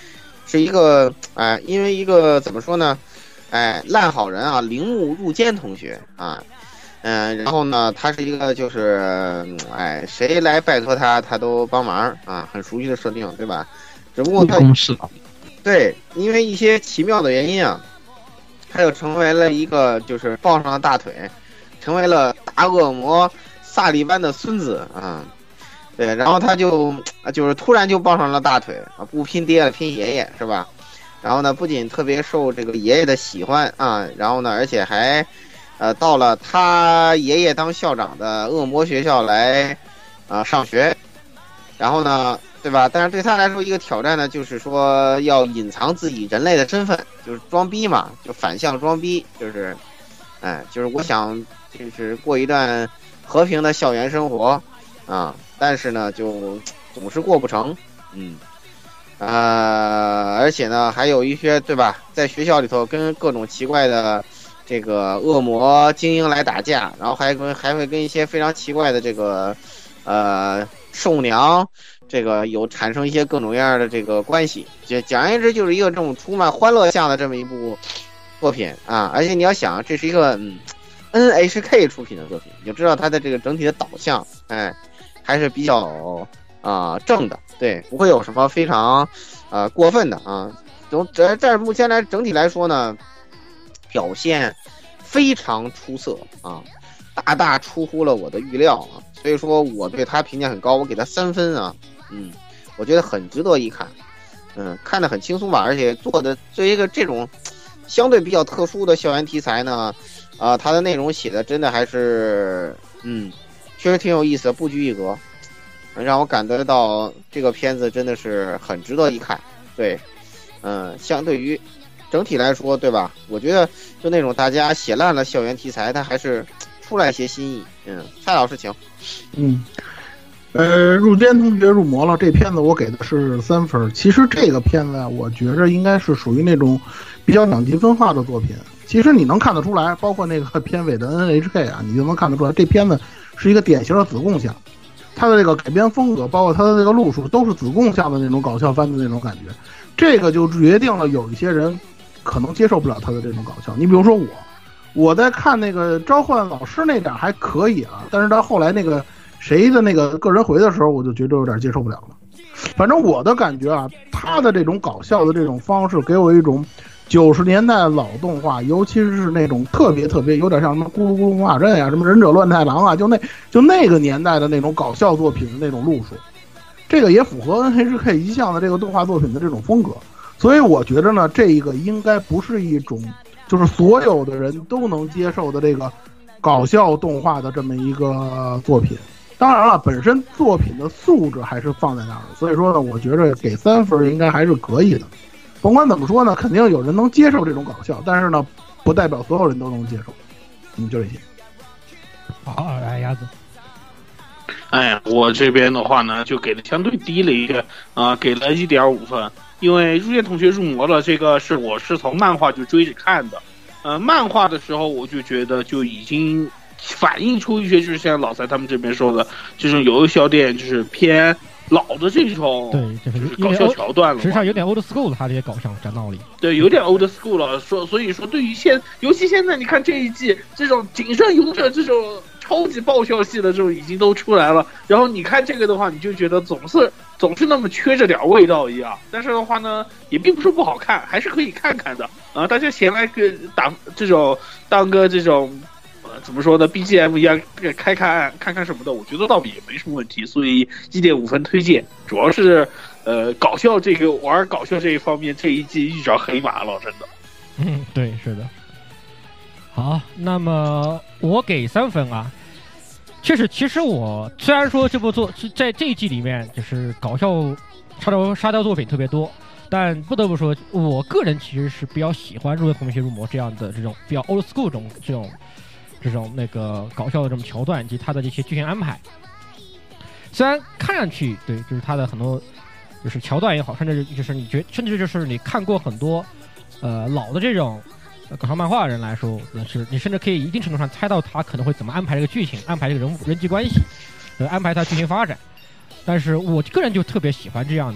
是一个哎、呃，因为一个怎么说呢，哎，烂好人啊，铃木入间同学啊，嗯、呃，然后呢，他是一个就是哎，谁来拜托他，他都帮忙啊，很熟悉的设定，对吧？只不过他对，因为一些奇妙的原因啊，他又成为了一个就是抱上了大腿，成为了大恶魔萨利班的孙子啊。对，然后他就就是突然就抱上了大腿啊，不拼爹了，拼爷爷是吧？然后呢，不仅特别受这个爷爷的喜欢啊，然后呢，而且还呃到了他爷爷当校长的恶魔学校来啊、呃、上学，然后呢，对吧？但是对他来说，一个挑战呢，就是说要隐藏自己人类的身份，就是装逼嘛，就反向装逼，就是哎，就是我想就是过一段和平的校园生活啊。但是呢，就总是过不成，嗯，呃，而且呢，还有一些对吧，在学校里头跟各种奇怪的这个恶魔精英来打架，然后还跟还会跟一些非常奇怪的这个呃兽娘，这个有产生一些各种各样的这个关系。就简而言之，就是一个这种充满欢乐向的这么一部作品啊！而且你要想，这是一个嗯 N H K 出品的作品，你就知道它的这个整体的导向，哎。还是比较啊、呃、正的，对，不会有什么非常呃过分的啊。总这这目前来整体来说呢，表现非常出色啊，大大出乎了我的预料啊，所以说我对他评价很高，我给他三分啊，嗯，我觉得很值得一看，嗯，看得很轻松吧，而且做的对一个这种相对比较特殊的校园题材呢，啊、呃，它的内容写的真的还是嗯。确实挺有意思的，不拘一格，让我感觉到这个片子真的是很值得一看。对，嗯，相对于整体来说，对吧？我觉得就那种大家写烂了校园题材，它还是出来一些新意。嗯，蔡老师请。 嗯，呃，入间同学入魔了，这片子我给的是三分。其实这个片子啊，我觉着应该是属于那种比较两极分化的作品。其实你能看得出来，包括那个片尾的 N H K 啊，你就能看得出来，这片子是一个典型的子贡向，它的这个改编风格，包括它的这个路数，都是子贡向的那种搞笑番的那种感觉。这个就决定了有一些人可能接受不了它的这种搞笑。你比如说我，我在看那个召唤老师那点还可以啊，但是到后来那个谁的那个个人回的时候，我就觉得有点接受不了了。反正我的感觉啊，他的这种搞笑的这种方式给我一种九十年代老动画，尤其是那种特别特别有点像什么咕噜咕噜魔法阵呀、啊，什么忍者乱太郎啊，就那就那个年代的那种搞笑作品的那种路数，这个也符合 N H K 一向的这个动画作品的这种风格。所以我觉得呢，这一个应该不是一种就是所有的人都能接受的这个搞笑动画的这么一个作品。当然了，本身作品的素质还是放在那儿的，所以说呢，我觉得给三分应该还是可以的。甭管怎么说呢，肯定有人能接受这种搞笑，但是呢，不代表所有人都能接受。嗯，就这些。 好，来鸭子。 哎呀，我这边的话呢，就给的相对低了一些啊、呃，给了一点五分。因为入间同学入魔了，这个是我是从漫画就追着看的。呃，漫画的时候我就觉得就已经反映出一些，就是像老三他们这边说的，这种游戏店就是偏老的这种， 对，就是搞笑桥段了， 实际上有点 old school 了，他这些搞笑讲道理。 对，有点 old school 了。说，所以说对于现，尤其现在你看这一季这种井上勇者这种超级爆笑系的这种已经都出来了，然后你看这个的话，你就觉得总是总是那么缺着点味道一样。但是的话呢，也并不是不好看，还是可以看看的啊。大家闲来个打这种当个这种。怎么说呢 ？B G M 一样开看看看什么的，我觉得倒也没什么问题，所以一点五分推荐。主要是呃搞笑这个玩搞笑这一方面，这一季遇着黑马了，真的。 嗯，对，是的。好，那么我给三分啊。确实，其实我虽然说这部作在这一季里面就是搞笑沙雕沙雕作品特别多，但不得不说，我个人其实是比较喜欢《入间同学入魔》这样的这种比较 old school 这种这种。这种那个搞笑的这种桥段以及他的这些剧情安排，虽然看上去对，就是他的很多就是桥段也好，甚至就是你觉，甚至就是你看过很多呃老的这种搞笑漫画的人来说，是你甚至可以一定程度上猜到他可能会怎么安排这个剧情，安排这个人人际关系，呃，安排他剧情发展。但是我个人就特别喜欢这样的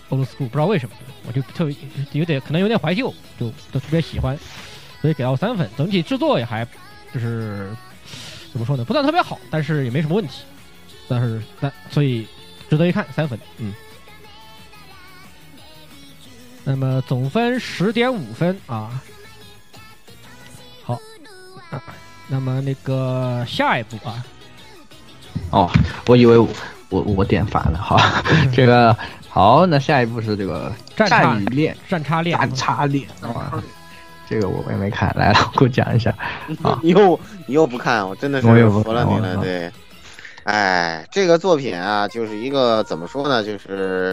old school， 不知道为什么，我就特别有点可能有点怀旧，就就特别喜欢，所以给到三分。整体制作也还就是怎么说呢，不算特别好，但是也没什么问题。但是但所以值得一看，三分。嗯。那么总分十点五分啊。好，啊，那么那个下一步啊。 哦，我以为我我我点反了，好，这个好，那下一步是这个战与恋， 战叉恋， 战叉恋啊，这个我也没看，来了，给我讲一下啊。 你又你又不看，我真的是服了你了，对。哎，这个作品啊，就是一个怎么说呢，就是，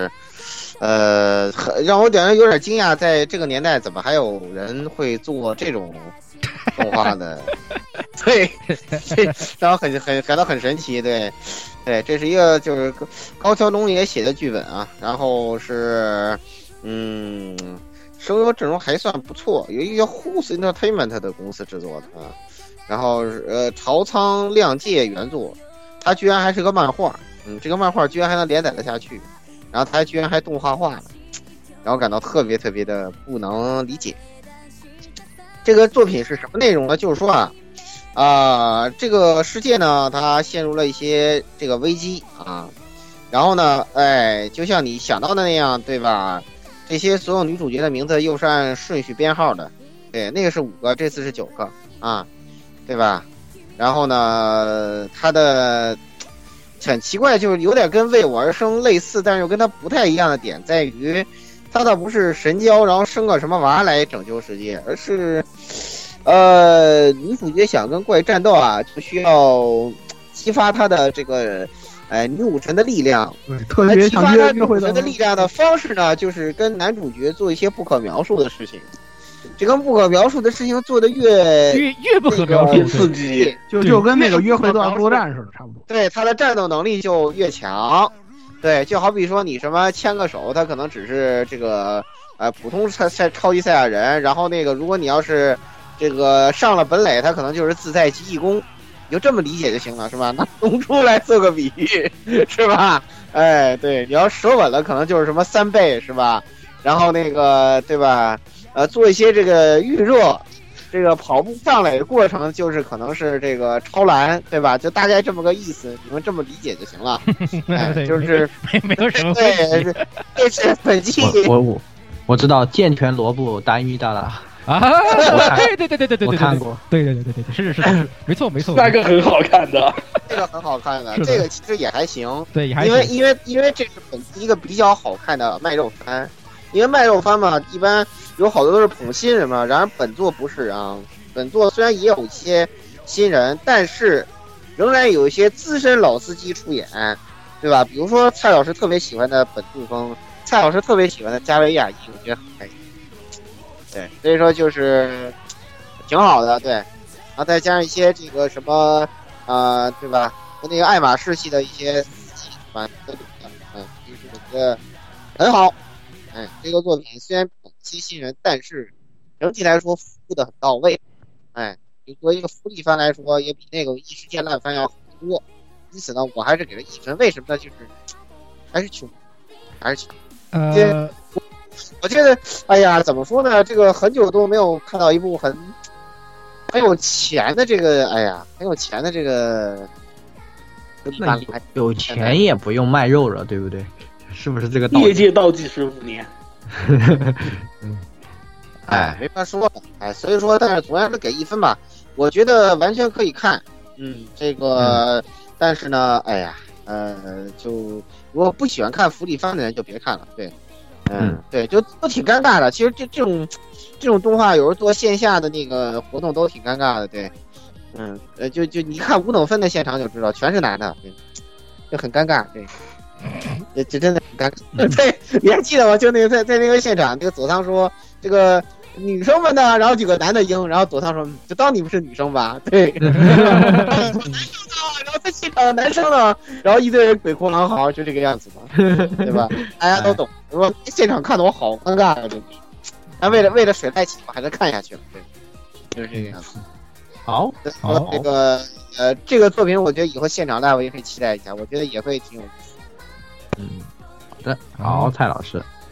呃，让我感觉有点惊讶，在这个年代怎么还有人会做这种动画的？对，这让我很很感到很神奇。对，对，这是一个就是高桥龙也写的剧本啊，然后是嗯，声优阵容还算不错，有一个叫 Who's Entertainment 的公司制作的啊，然后呃，朝仓亮介原作。他居然还是个漫画，嗯，这个漫画居然还能连载得下去，然后他还居然还动画化了，然后感到特别特别的不能理解。这个作品是什么内容呢？就是说啊，啊、呃，这个世界呢，它陷入了一些这个危机啊，然后呢，哎，就像你想到的那样，对吧？这些所有女主角的名字又是按顺序编号的，对，那个是五个，这次是九个啊，对吧？然后呢，他的很奇怪，就是有点跟为我而生类似，但是又跟他不太一样的点在于，他倒不是神交，然后生个什么娃来拯救世界，而是，呃，女主角想跟怪战斗啊，就需要激发她的这个，哎，女武神的力量。 对，特别激发她女武神的力量的方式呢，就是跟男主角做一些不可描述的事情。这个不可描述的事情做的越越越不可描述， 刺激， 就就跟那个约会到作战似的，差不多。 对，他的战斗能力就越强。对，就好比说你什么牵个手，他可能只是这个呃普通赛赛超级赛亚人，然后那个如果你要是这个上了本垒，他可能就是自在极意功，你就这么理解就行了，是吧？拿龙珠来做个比喻，是吧？哎，对，你要舌吻了，可能就是什么三倍，是吧？然后那个对吧？呃，做一些这个预热，这个跑步上垒的过程就是可能是这个超蓝，对吧？就大概这么个意思，你们这么理解就行了。哎、就是没没有什么对，这是本季我我我知道健全萝卜单一的了啊！对对对对对对， 我看过， 对对对对对对，是是是，没错没错， 那个很好看的， 这个很好看的，这个其实也还行， 对，也还行， 因为因为因为这是本季一个比较好看的卖肉番。因为卖肉番嘛，一般有好多都是捧新人嘛，然而本作不是啊。本作虽然也有一些新人，但是仍然有一些资深老司机出演，对吧？比如说蔡老师特别喜欢的本杜峰，蔡老师特别喜欢的加维亚伊，我觉得很开心。对，所以说就是挺好的，对。然后再加上一些这个什么呃，对吧？和那个爱马仕系的一些司机蛮都有的，嗯，就是我觉得很好。哎，这个作品虽然本期新人，但是整体来说服的很到位。哎，就作为一个福利番来说，也比那个异世界烂番要好得多。因此呢，我还是给了一分。为什么呢？就是还是穷，还是穷。 呃， 我觉得，哎呀，怎么说呢？这个很久都没有看到一部很很有钱的这个，哎呀，很有钱的这个。 那有有钱也不用卖肉了，对不对？是不是这个道理？ 业界倒计时五年。 嗯， 哎，没法说了，哎，所以说，但是同样是给一分吧，我觉得完全可以看。嗯，这个，嗯、但是呢，哎呀，呃，就如果不喜欢看福利番的人就别看了。对，嗯，嗯对，就都挺尴尬的。其实这这种这种动画有时候做线下的那个活动都挺尴尬的。对，嗯，呃，就就你看五等分的现场就知道，全是男的，对，就很尴尬。对。这这真的很尴尬。对，你还记得吗？就那个在在那个现场，这个佐仓说这个女生们呢，然后几个男的应，然后佐仓说就当你们是女生吧。对，然后在现场的男生呢，然后一堆人鬼哭狼嚎，就这个样子嘛，对吧？大家都懂。我说现场看得我好尴尬啊，真的。但为了为了水太起，我还是看下去了。对，就是这个样子。 好，好， 这个呃，这个作品我觉得以后现场 live 也可以期待一下，我觉得也会挺有意思。 嗯，好的，好，蔡老师。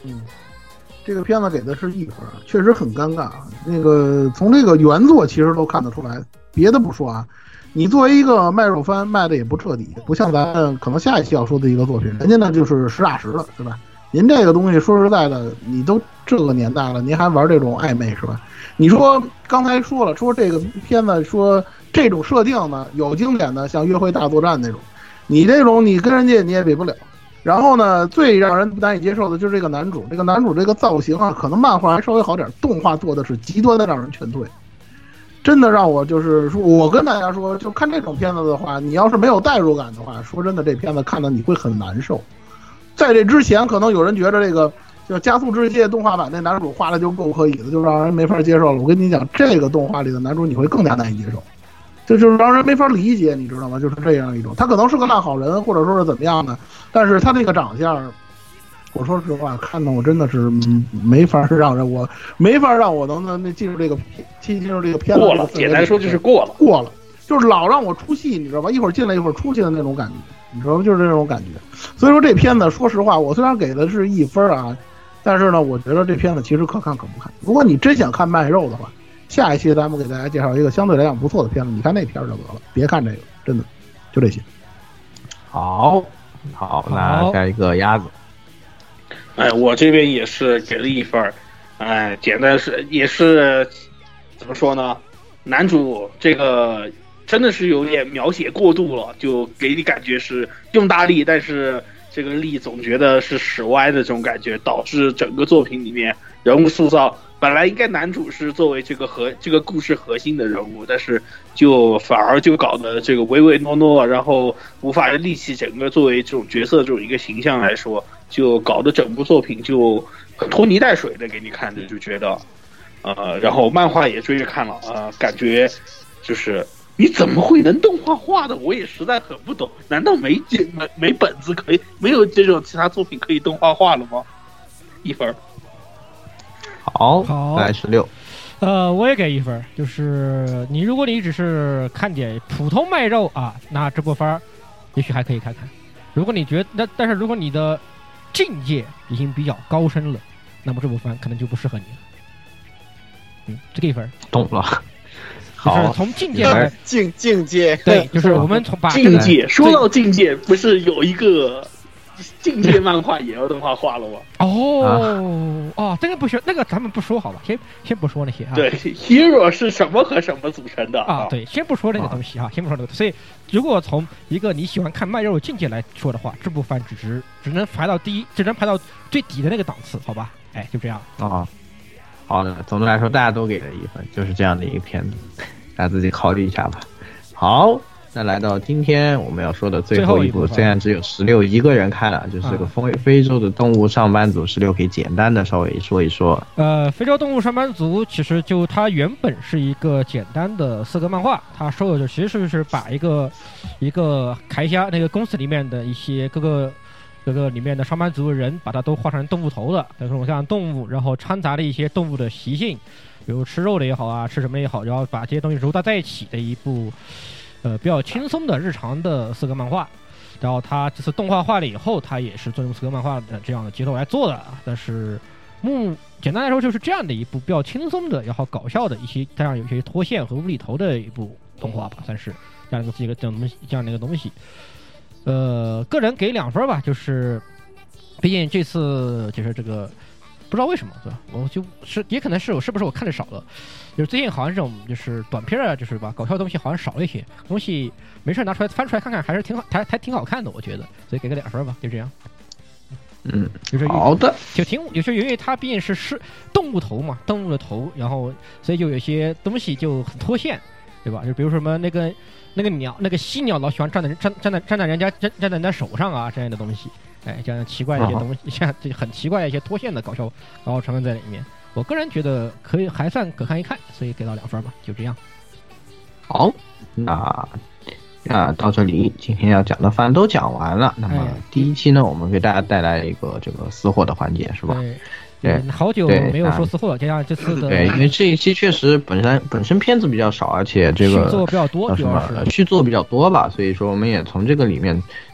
嗯，这个片子给的是一分，确实很尴尬。那个从这个原作其实都看得出来，别的不说啊，你作为一个卖肉番卖的也不彻底，不像咱们可能下一期要说的一个作品，人家呢就是实打实的，是吧？您这个东西说实在的，你都这个年代了，您还玩这种暧昧是吧？你说刚才说了，说这个片子说这种设定呢，有经典的像约会大作战那种，你这种你跟人家你也比不了。然后呢，最让人难以接受的就是这个男主，这个男主这个造型啊，可能漫画还稍微好点，动画做的是极端的让人劝退。真的让我就是说，我跟大家说，就看这种片子的话，你要是没有代入感的话，说真的，这片子看的你会很难受。在这之前，可能有人觉得这个就加速之界动画版那男主画的就够可以的，就让人没法接受了。我跟你讲，这个动画里的男主你会更加难以接受，这就是让人没法理解，你知道吗？就是这样一种，他可能是个烂好人，或者说是怎么样的，但是他那个长相，我说实话，看的我真的是没法让人我没法让我能能进入这个进进入这个片子。 过了，简单说就是过了， 过了，就是老让我出戏，你知道吧？一会儿进来一会儿出去的那种感觉。你知道吗？就是这种感觉，所以说这片子，说实话，我虽然给的是一分啊，但是呢，我觉得这片子其实可看可不看。如果你真想看卖肉的话，下一期咱们给大家介绍一个相对来讲不错的片子，你看那片就得了，别看这个，真的，就这些。 好，好，那下一个鸭子。 哎，我这边也是给了一分，哎，简单是也是怎么说呢？男主这个。真的是有点描写过度了，就给你感觉是用大力，但是这个力总觉得是使歪的这种感觉，导致整个作品里面人物塑造本来应该男主是作为这个核这个故事核心的人物，但是就反而就搞得这个唯唯诺诺，然后无法立起整个作为这种角色这种一个形象来说，就搞得整部作品就很拖泥带水的给你看着，就觉得呃，然后漫画也追着看了啊、呃，感觉就是。你怎么会能动画化的？我也实在很不懂。难道没没没本子可以，没有这种其他作品可以动画化了吗？一分。 好， 好， 来十六。 呃，我也给一分。就是你，如果你只是看点普通卖肉啊，那这部番也许还可以看看。如果你觉得，那但是如果你的境界已经比较高深了，那么这部番可能就不适合你了。嗯，这个一分。 懂了。 就是从境界来境境界， 对，就是我们从把境界说到境界，不是有一个境界漫画也要动画化了吗？ 哦、啊、哦，这个不说，那个咱们不说好吧，先先不说那些啊。 对 ，Hero 是什么和什么组成的啊？对，先不说那个东西啊，先不说那个。所以，如果从一个你喜欢看卖肉境界来说的话，这部番只只只能排到第一，只能排到最底的那个档次，好吧？哎，就这样啊。好的，总的来说大家都给了一分，就是这样的一个片子，大家自己考虑一下吧。好，那来到今天我们要说的最后一部，虽然只有十六一个人看了，就是这个非非洲的动物上班族，十六可以简单的稍微说一说。 呃，非洲动物上班族其实就它原本是一个简单的四格漫画，它说的就其实是把一个一个开虾那个公司里面的一些各个。这个里面的上班族的人把它都画成动物头的，比如说像动物，然后掺杂了一些动物的习性，比如吃肉的也好啊，吃什么也好，然后把这些东西揉搭在一起的一部，呃，比较轻松的日常的四格漫画。然后它这次动画化了以后，它也是尊重四格漫画的这样的节奏来做的。但是，目简单来说就是这样的一部比较轻松的，然后搞笑的一些，加上有些脱线和无厘头的一部动画吧，算是这样一个这个这样东西这样的一个东西。呃，个人给两分吧，就是毕竟这次就是这个不知道为什么，对吧？我就是也可能是我是不是我看的少了，就是最近好像这种就是短片啊，就是吧，搞笑的东西好像少了一些，东西没事拿出来翻出来看看，还是挺好，还还挺好看的，我觉得，所以给个两分吧，就这样。 嗯， 就是好的， 就挺就是因为它毕竟是是动物头嘛，动物的头，然后所以就有些东西就很脱线，对吧？就比如说什么那个。那个鸟，那个犀鸟老喜欢站在站站在站在人家站站在人家手上啊，这样的东西，哎，这样奇怪的一些东西，像这很奇怪的一些脱线的搞笑搞笑成分在里面。我个人觉得可以，还算可看一看，所以给到两分吧，就这样。 好，那那到这里，今天要讲的番都讲完了。那么第一期呢，我们给大家带来一个这个私货的环节，是吧？ 对。 对， 好久没有说私货了，加上这次的对，因为这一期确实本身本身片子比较少，而且这个续作比较多， 什么续作比较多吧，所以说我们也从这个里面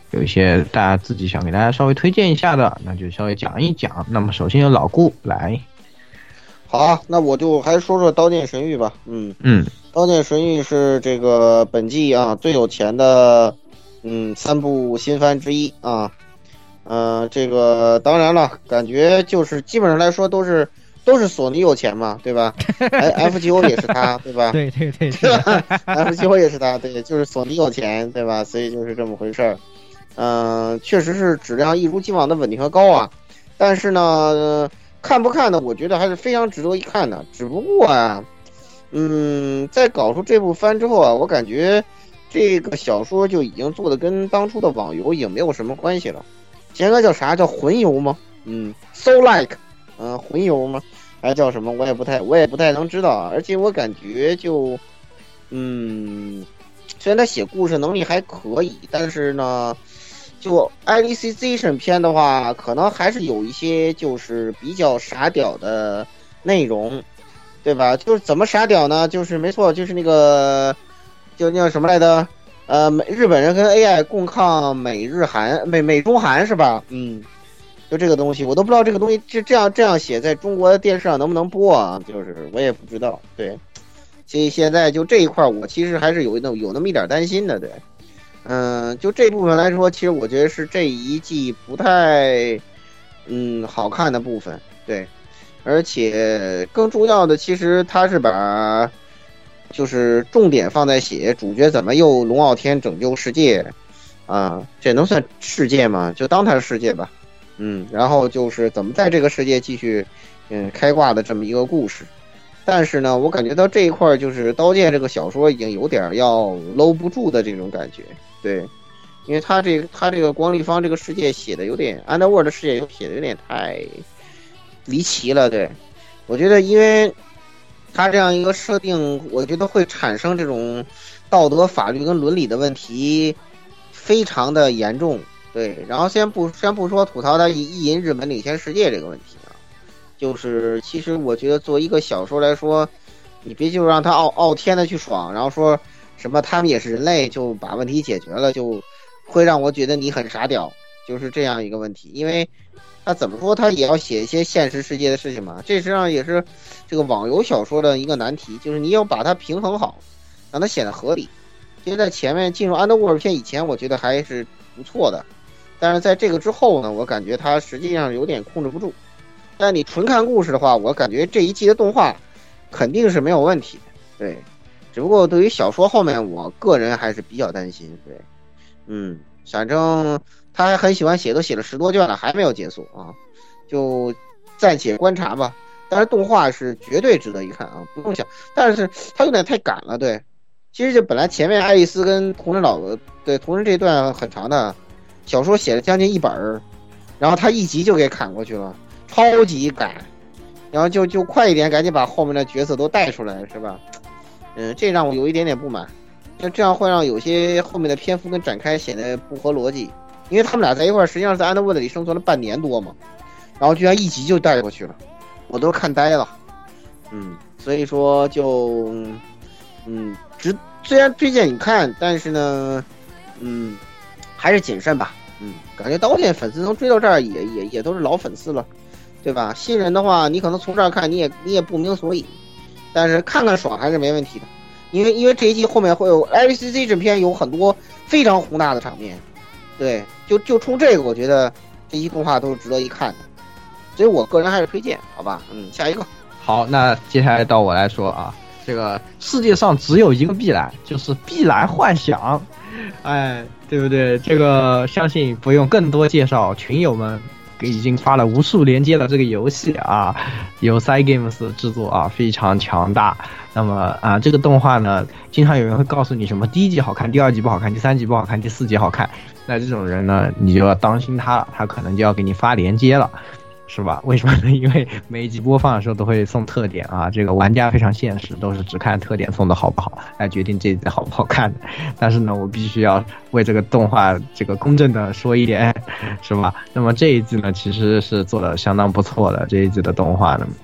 有一些大家自己想给大家稍微推荐一下的，那就稍微讲一讲。那么首先由老顾来。 好啊，那我就还是说说《刀剑神域》吧。嗯嗯，《刀剑神域》是这个本季啊最有钱的嗯三部新番之一啊。嗯、呃，这个当然了，感觉就是基本上来说都是都是索尼有钱嘛，对吧？哎 ，F G O 也是他，对吧？ 对对对， 对吧 ？F G O 也是他，对，就是索尼有钱，对吧？所以就是这么回事儿。嗯、呃，确实是质量一如既往的稳定和高啊。但是呢、呃，看不看呢？我觉得还是非常值得一看的。只不过啊，嗯，在搞出这部番之后啊，我感觉这个小说就已经做的跟当初的网游已经没有什么关系了。前个叫啥？叫魂游吗？嗯 ，So Like， 嗯、呃，魂游吗？还叫什么？我也不太，我也不太能知道啊。而且我感觉就，嗯，虽然他写故事能力还可以，但是呢，就 Alicization 篇的话，可能还是有一些就是比较傻屌的内容，对吧？就是怎么傻屌呢？就是没错，就是那个，就那叫什么来着？呃，美日本人跟 A I 共抗美日韩美美中韩是吧？嗯，就这个东西，我都不知道这个东西这这样这样写在中国的电视上能不能播啊？就是我也不知道。对，所以现在就这一块，我其实还是有那有那么一点担心的。对，嗯、呃，就这部分来说，其实我觉得是这一季不太嗯好看的部分。对，而且更重要的，其实它是把。就是重点放在写主角怎么又龙傲天拯救世界啊，这能算世界吗？就当它是世界吧。嗯，然后就是怎么在这个世界继续嗯开挂的这么一个故事。但是呢，我感觉到这一块就是刀剑这个小说已经有点要搂不住的这种感觉。对，因为他这个他这个光立方这个世界写的有点 Underworld 的世界又写的有点太离奇了。对，我觉得因为他这样一个设定，我觉得会产生这种道德、法律跟伦理的问题，非常的严重。对，然后先不先不说吐槽他意淫日本领先世界这个问题啊，就是其实我觉得作为一个小说来说，你别就让他傲傲天的去爽，然后说什么他们也是人类就把问题解决了，就会让我觉得你很傻屌，就是这样一个问题。因为他怎么说他也要写一些现实世界的事情嘛，这实际上也是这个网游小说的一个难题，就是你要把它平衡好，让它显得合理。其实在前面进入 Underworld 篇以前，我觉得还是不错的，但是在这个之后呢，我感觉它实际上有点控制不住。但你纯看故事的话，我感觉这一季的动画肯定是没有问题的，对。只不过对于小说后面，我个人还是比较担心，对，嗯，反正他还很喜欢写，都写了十多卷了，还没有结束啊，就暂且观察吧。但是动画是绝对值得一看啊，不用想。但是他有点太赶了，对。其实就本来前面爱丽丝跟同人老对同人这一段很长的小说写了将近一本，然后他一集就给砍过去了，超级赶。然后就就快一点，赶紧把后面的角色都带出来，是吧？嗯，这让我有一点点不满。就这样会让有些后面的篇幅跟展开显得不合逻辑。因为他们俩在一块儿，实际上是在 Underworld 里生存了半年多嘛，然后居然一集就带过去了，我都看呆了。嗯，所以说就，嗯，只虽然推荐你看，但是呢，嗯，还是谨慎吧。嗯，感觉刀剑粉丝能追到这儿也也也都是老粉丝了，对吧？新人的话，你可能从这儿看，你也你也不明所以，但是看看爽还是没问题的。因为因为这一季后面会有 L C C 这篇有很多非常宏大的场面。对，就就冲这个，我觉得这一动画都是值得一看的，所以我个人还是推荐，好吧？嗯，下一个。 好，那接下来到我来说啊，这个世界上只有一个碧蓝，就是碧蓝幻想，哎，对不对？这个相信不用更多介绍，群友们已经发了无数连接的这个游戏啊，由 Cygames 制作啊，非常强大。那么啊，这个动画呢，经常有人会告诉你什么第一集好看，第二集不好看，第三集不好看，第四集好看。那这种人呢，你就要当心他了，他可能就要给你发连接了，是吧？为什么呢？因为每一集播放的时候都会送特点啊，这个玩家非常现实，都是只看特点送的好不好来决定这一集好不好看的。但是呢，我必须要为这个动画这个公正的说一点，是吧？那么这一季呢，其实是做的相当不错的，这一季的动画呢。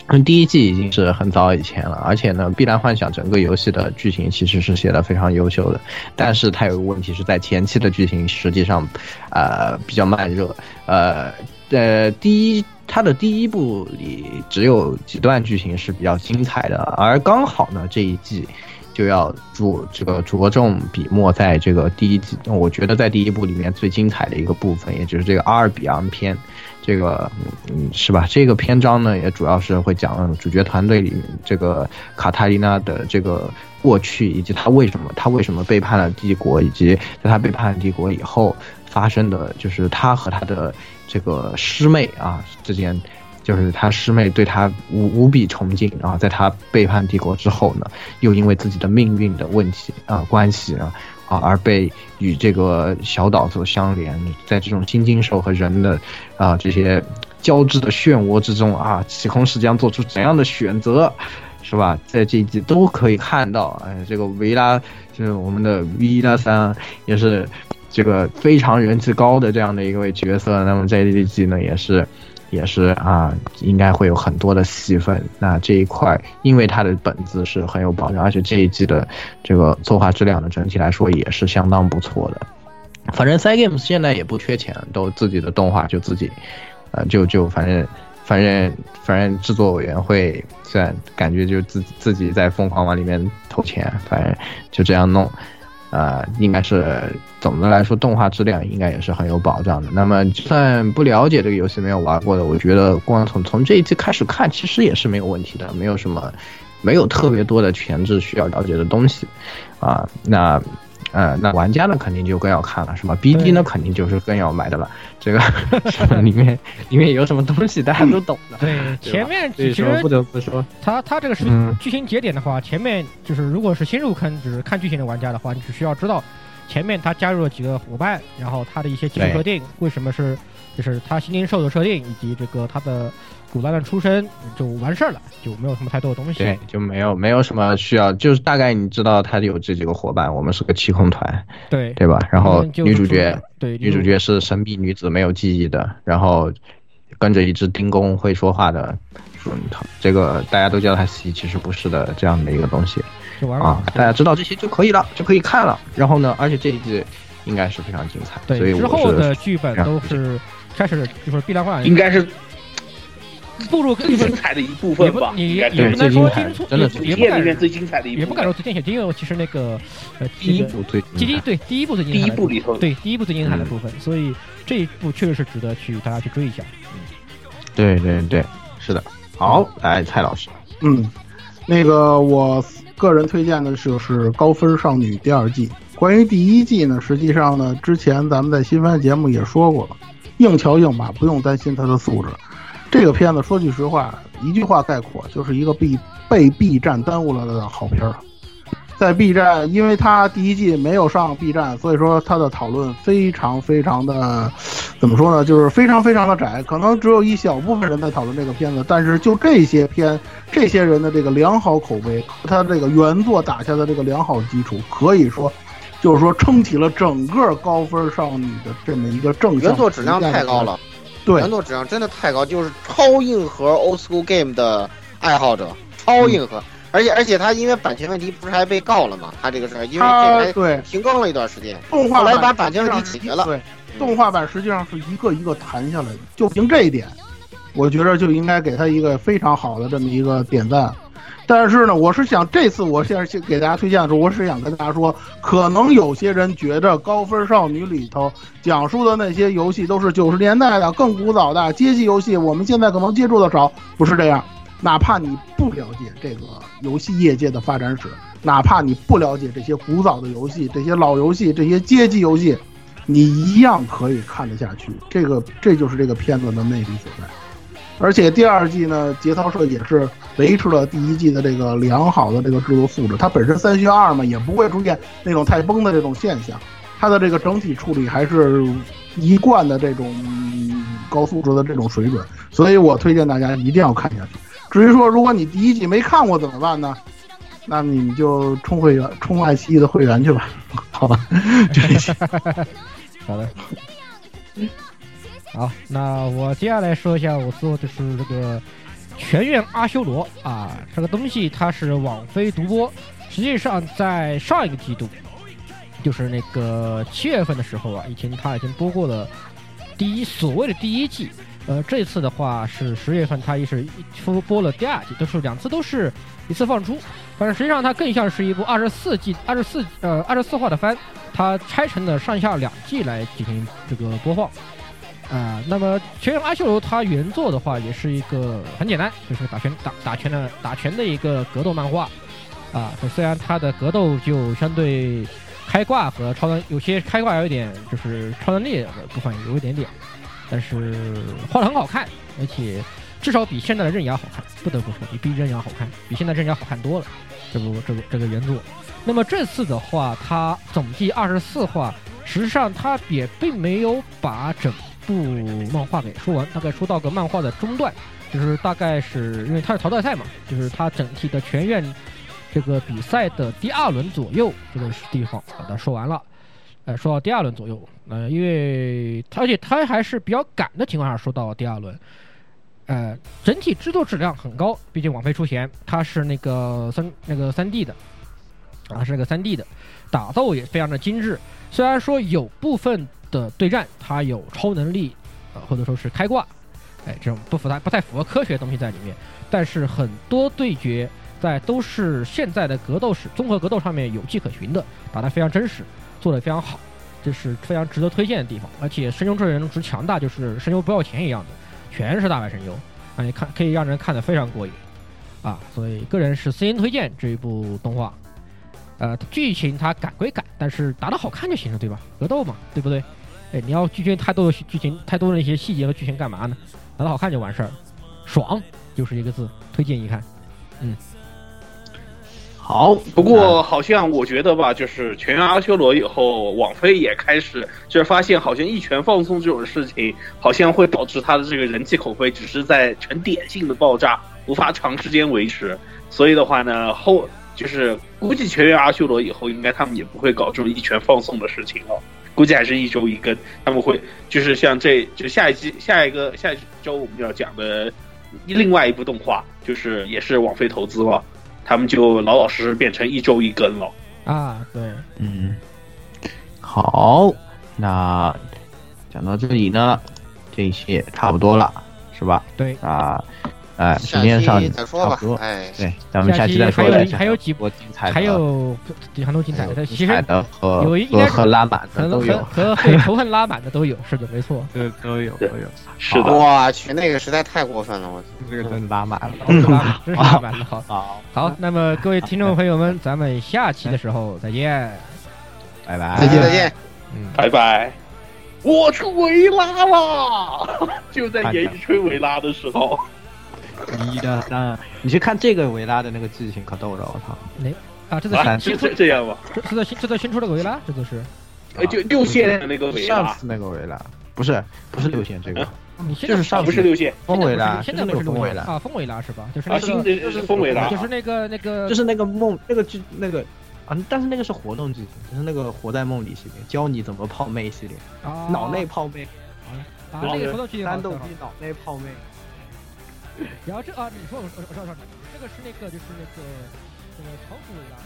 第一季已经是很早以前了，而且呢，《碧蓝幻想》整个游戏的剧情其实是写的非常优秀的，但是它有个问题是在前期的剧情实际上，呃，比较慢热，呃呃，第一它的第一部里只有几段剧情是比较精彩的，而刚好呢这一季就要着这个着重笔墨在这个第一季，我觉得在第一部里面最精彩的一个部分，也就是这个阿尔比昂篇。这个嗯是吧？这个篇章呢，也主要是会讲主角团队里面这个卡塔琳娜的这个过去，以及他为什么他为什么背叛了帝国，以及在他背叛帝国以后发生的，就是他和他的这个师妹啊之间，就是他师妹对他无无比崇敬，然后在他背叛帝国之后呢，又因为自己的命运的问题啊关系啊。啊，而被与这个小岛所相连，在这种新金兽和人的啊这些交织的漩涡之中啊，启空石将做出怎样的选择，是吧？在这一季都可以看到，哎，这个维拉就是我们的维拉三，也是这个非常人气高的这样的一位角色。那么在这一季呢，也是。也是啊，应该会有很多的戏份。那这一块，因为它的本子是很有保障，而且这一季的这个作画质量呢，整体来说也是相当不错的。反正 Cygames 现在也不缺钱，都自己的动画就自己，呃，就就反正反正反正制作委员会虽然感觉就自自己在疯狂往里面投钱，反正就这样弄。呃，应该是总的来说动画质量应该也是很有保障的。那么就算不了解这个游戏没有玩过的，我觉得光从从这一季开始看其实也是没有问题的，没有什么没有特别多的前置需要了解的东西啊。那呃，那玩家呢肯定就更要看了，是吧 ？B D 呢肯定就是更要买的了。这个里面里面有什么东西大家都懂的。 对，前面其实不得不说， 它它这个是剧情节点的话，前面就是如果是新入坑只是看剧情的玩家的话，你只需要知道前面他加入了几个伙伴，然后他的一些基础设定，为什么是就是他新金兽的设定，以及这个他的古代的出身就完事儿了，就没有什么太多的东西。 对，就没有没有什么需要，就是大概你知道他有这几个伙伴，我们是个气空团， 对对吧？然后女主角， 对， 女主角是神秘女子，没有记忆的，然后跟着一只丁公会说话的，这个大家都叫他西，其实不是的，这样的一个东西啊，大家知道这些就可以了，就可以看了。然后呢，而且这一季应该是非常精彩， 对， 所以之后的剧本都是开始就是碧蓝幻应该是步入最精彩的一部分吧。 你也不能说精彩， 真的也不敢里面最精彩的一部分， 也不敢说最精彩，因为其实那个呃第一部最第一对第一部最精彩， 第一部里头对第一部最精彩的部分，所以这一部确实是值得去大家去追一下。 嗯，对对对，是的。好，来蔡老师， 嗯，那个我个人推荐的就是《高分少女》第二季。关于第一季呢，实际上呢，之前咱们在新番节目也说过了，硬桥硬马，不用担心它的素质。这个片子说句实话，一句话概括，就是一个被被 B 站耽误了的好片儿。在 B 站，因为它第一季没有上 B 站，所以说它的讨论非常非常的，怎么说呢，就是非常非常的窄，可能只有一小部分人在讨论这个片子，但是就这些片，这些人的这个良好口碑，他这个原作打下的这个良好基础，可以说，就是说撑起了整个高分少女的这么一个正向。 原作质量太高了， 对， 原作质量真的太高，就是超硬核 old school game 的爱好者，超硬核。嗯，而且而且他因为版权问题不是还被告了吗？他这个事儿因为这个还停更了一段时间， 动画后来把版权问题解决了。 对，动画版实际上是一个一个谈下来的，就凭这一点，我觉得就应该给他一个非常好的这么一个点赞。但是呢，我是想这次我现在给大家推荐的时候，我是想跟大家说，可能有些人觉得《高分少女》里头讲述的那些游戏都是九十年代的更古早的街机游戏，我们现在可能接触的少，不是这样。哪怕你不了解这个游戏业界的发展史，哪怕你不了解这些古早的游戏、这些老游戏、这些街机游戏，你一样可以看得下去。这个这就是这个片子的魅力所在。而且第二季呢，节操社也是维持了第一季的这个良好的这个制作素质，它本身三选二嘛，也不会出现那种太崩的这种现象，它的这个整体处理还是一贯的这种高素质的这种水准，所以我推荐大家一定要看下去。至于说如果你第一季没看过怎么办呢？那你们就充会员，充爱奇艺的会员去吧，好吧？就这些。 好的。好，那我接下来说一下我做就是这个全员阿修罗啊，这个东西它是网飞独播，实际上在上一个季度，就是那个七月份的时候啊，已经它已经播过了第一所谓的第一季，呃，这次的话是十月份它也是播播了第二季，都是两次都是一次放出，但是实际上它更像是一部二十四季二十四呃二十四话的番，它拆成了上下两季来进行这个播放。啊、呃，那么《全员阿修罗》它原作的话也是一个很简单，就是打拳打打拳的打拳的一个格斗漫画啊。虽然它的格斗就相对开挂和超能有些开挂有一点就是超能力的部分有一点点，但是画得很好看，而且至少比现在的刃牙好看，不得不说比比刃牙好看，比现在刃牙好看多了。这部这个这个原作，那么这次的话，它总计二十四话，实际上它也并没有把整部漫画给说完，大概说到个漫画的中段，就是大概是因为它是淘汰赛嘛，就是它整体的全院这个比赛的第二轮左右这个地方把它说完了，呃，说到第二轮左右，呃，因为它而且它还是比较赶的情况下说到第二轮，呃，整体制作质量很高，毕竟网飞出钱，它是那个三那个三 D 的，啊，是那个三 D 的，打斗也非常的精致，虽然说有部分的对战它有超能力，呃，或者说是开挂，哎，这种不符它不太符合科学的东西在里面，但是很多对决在都是现在的格斗史综合格斗上面有迹可循的，打得非常真实，做得非常好，这是非常值得推荐的地方。而且声优阵容之强大，就是声优不要钱一样的，全是大牌声优，啊，你看可以让人看得非常过瘾啊，所以个人是私心推荐这一部动画。呃，剧情它赶归赶，但是打得好看就行了，对吧？格斗嘛，对不对？哎，你要拒绝太多的剧情，太多的一些细节和剧情干嘛呢？打得好看就完事儿，爽就是一个字，推荐一看。嗯， 好。不过好像我觉得吧，就是全员阿修罗以后，网飞也开始就是发现，好像一拳放送这种事情，好像会导致它的这个人气口碑只是在呈点性的爆炸，无法长时间维持。所以的话呢，后就是估计全员阿修罗以后，应该他们也不会搞这种一拳放送的事情了。估计还是一周一更，他们会就是像这就下一季下一个下一周我们要讲的另外一部动画，就是也是网飞投资了，他们就老老实实变成一周一更了啊。对， 嗯，好，那讲到这里呢，这一期也差不多了，是吧？ 对啊。哎，时间上再说吧。哎， 对，咱们下期再说。 还有还有几波精彩， 还有很多精彩的，其实和有一和和拉满的都有， 和和仇恨拉满的都有，是的，没错， 对，都有都有。 是的， 我去，那个实在太过分了，我这个真拉满了， 真是拉满，真是拉满了。好，好，好，那么各位听众朋友们，咱们下期的时候再见， 拜拜， 再见再见， 嗯，拜拜。我出维拉了，就在言语吹维拉的时候。 你的那，你去看这个维拉的那个剧情可逗了，我操！ 哪啊？这次新出这样吧？ 这这新这次新出了个维拉，这次是， 呃，就六线的那个维拉， 上次那个维拉不是不是六线这个， 你就是上不是六线， 风维拉， 现在不是风维拉啊，风维拉是吧？就是啊，新的就是风维拉， 就是那个那个就是那个梦那个剧那个啊，但是那个是活动剧情，就是那个活在梦里系列，教你怎么泡妹系列，脑内泡妹， 啊，那个活动剧情单斗机脑内泡妹。 然后这啊，你说我我我说我说，这个是那个就是那个那个长服维拉。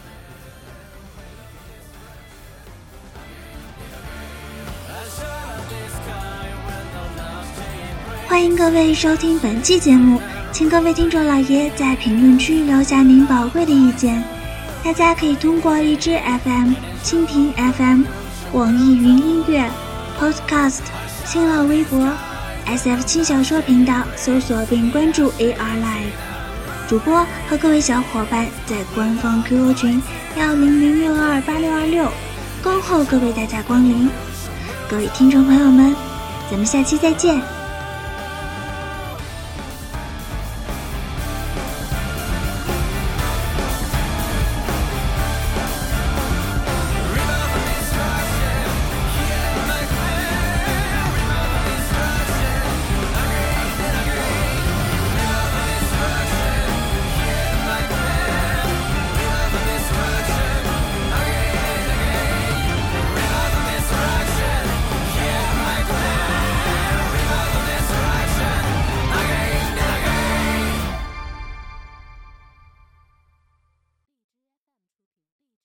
欢迎各位收听本期节目，请各位听众老爷在评论区留下您宝贵的意见。大家可以通过荔枝 F M、蜻蜓 F M、网易云音乐、Podcast、新浪微博。S F 轻小说频道搜索并关注 A R Live， 主播和各位小伙伴在官方 Q Q 群幺零零六二八六二六，恭候各位大驾光临。各位听众朋友们，咱们下期再见。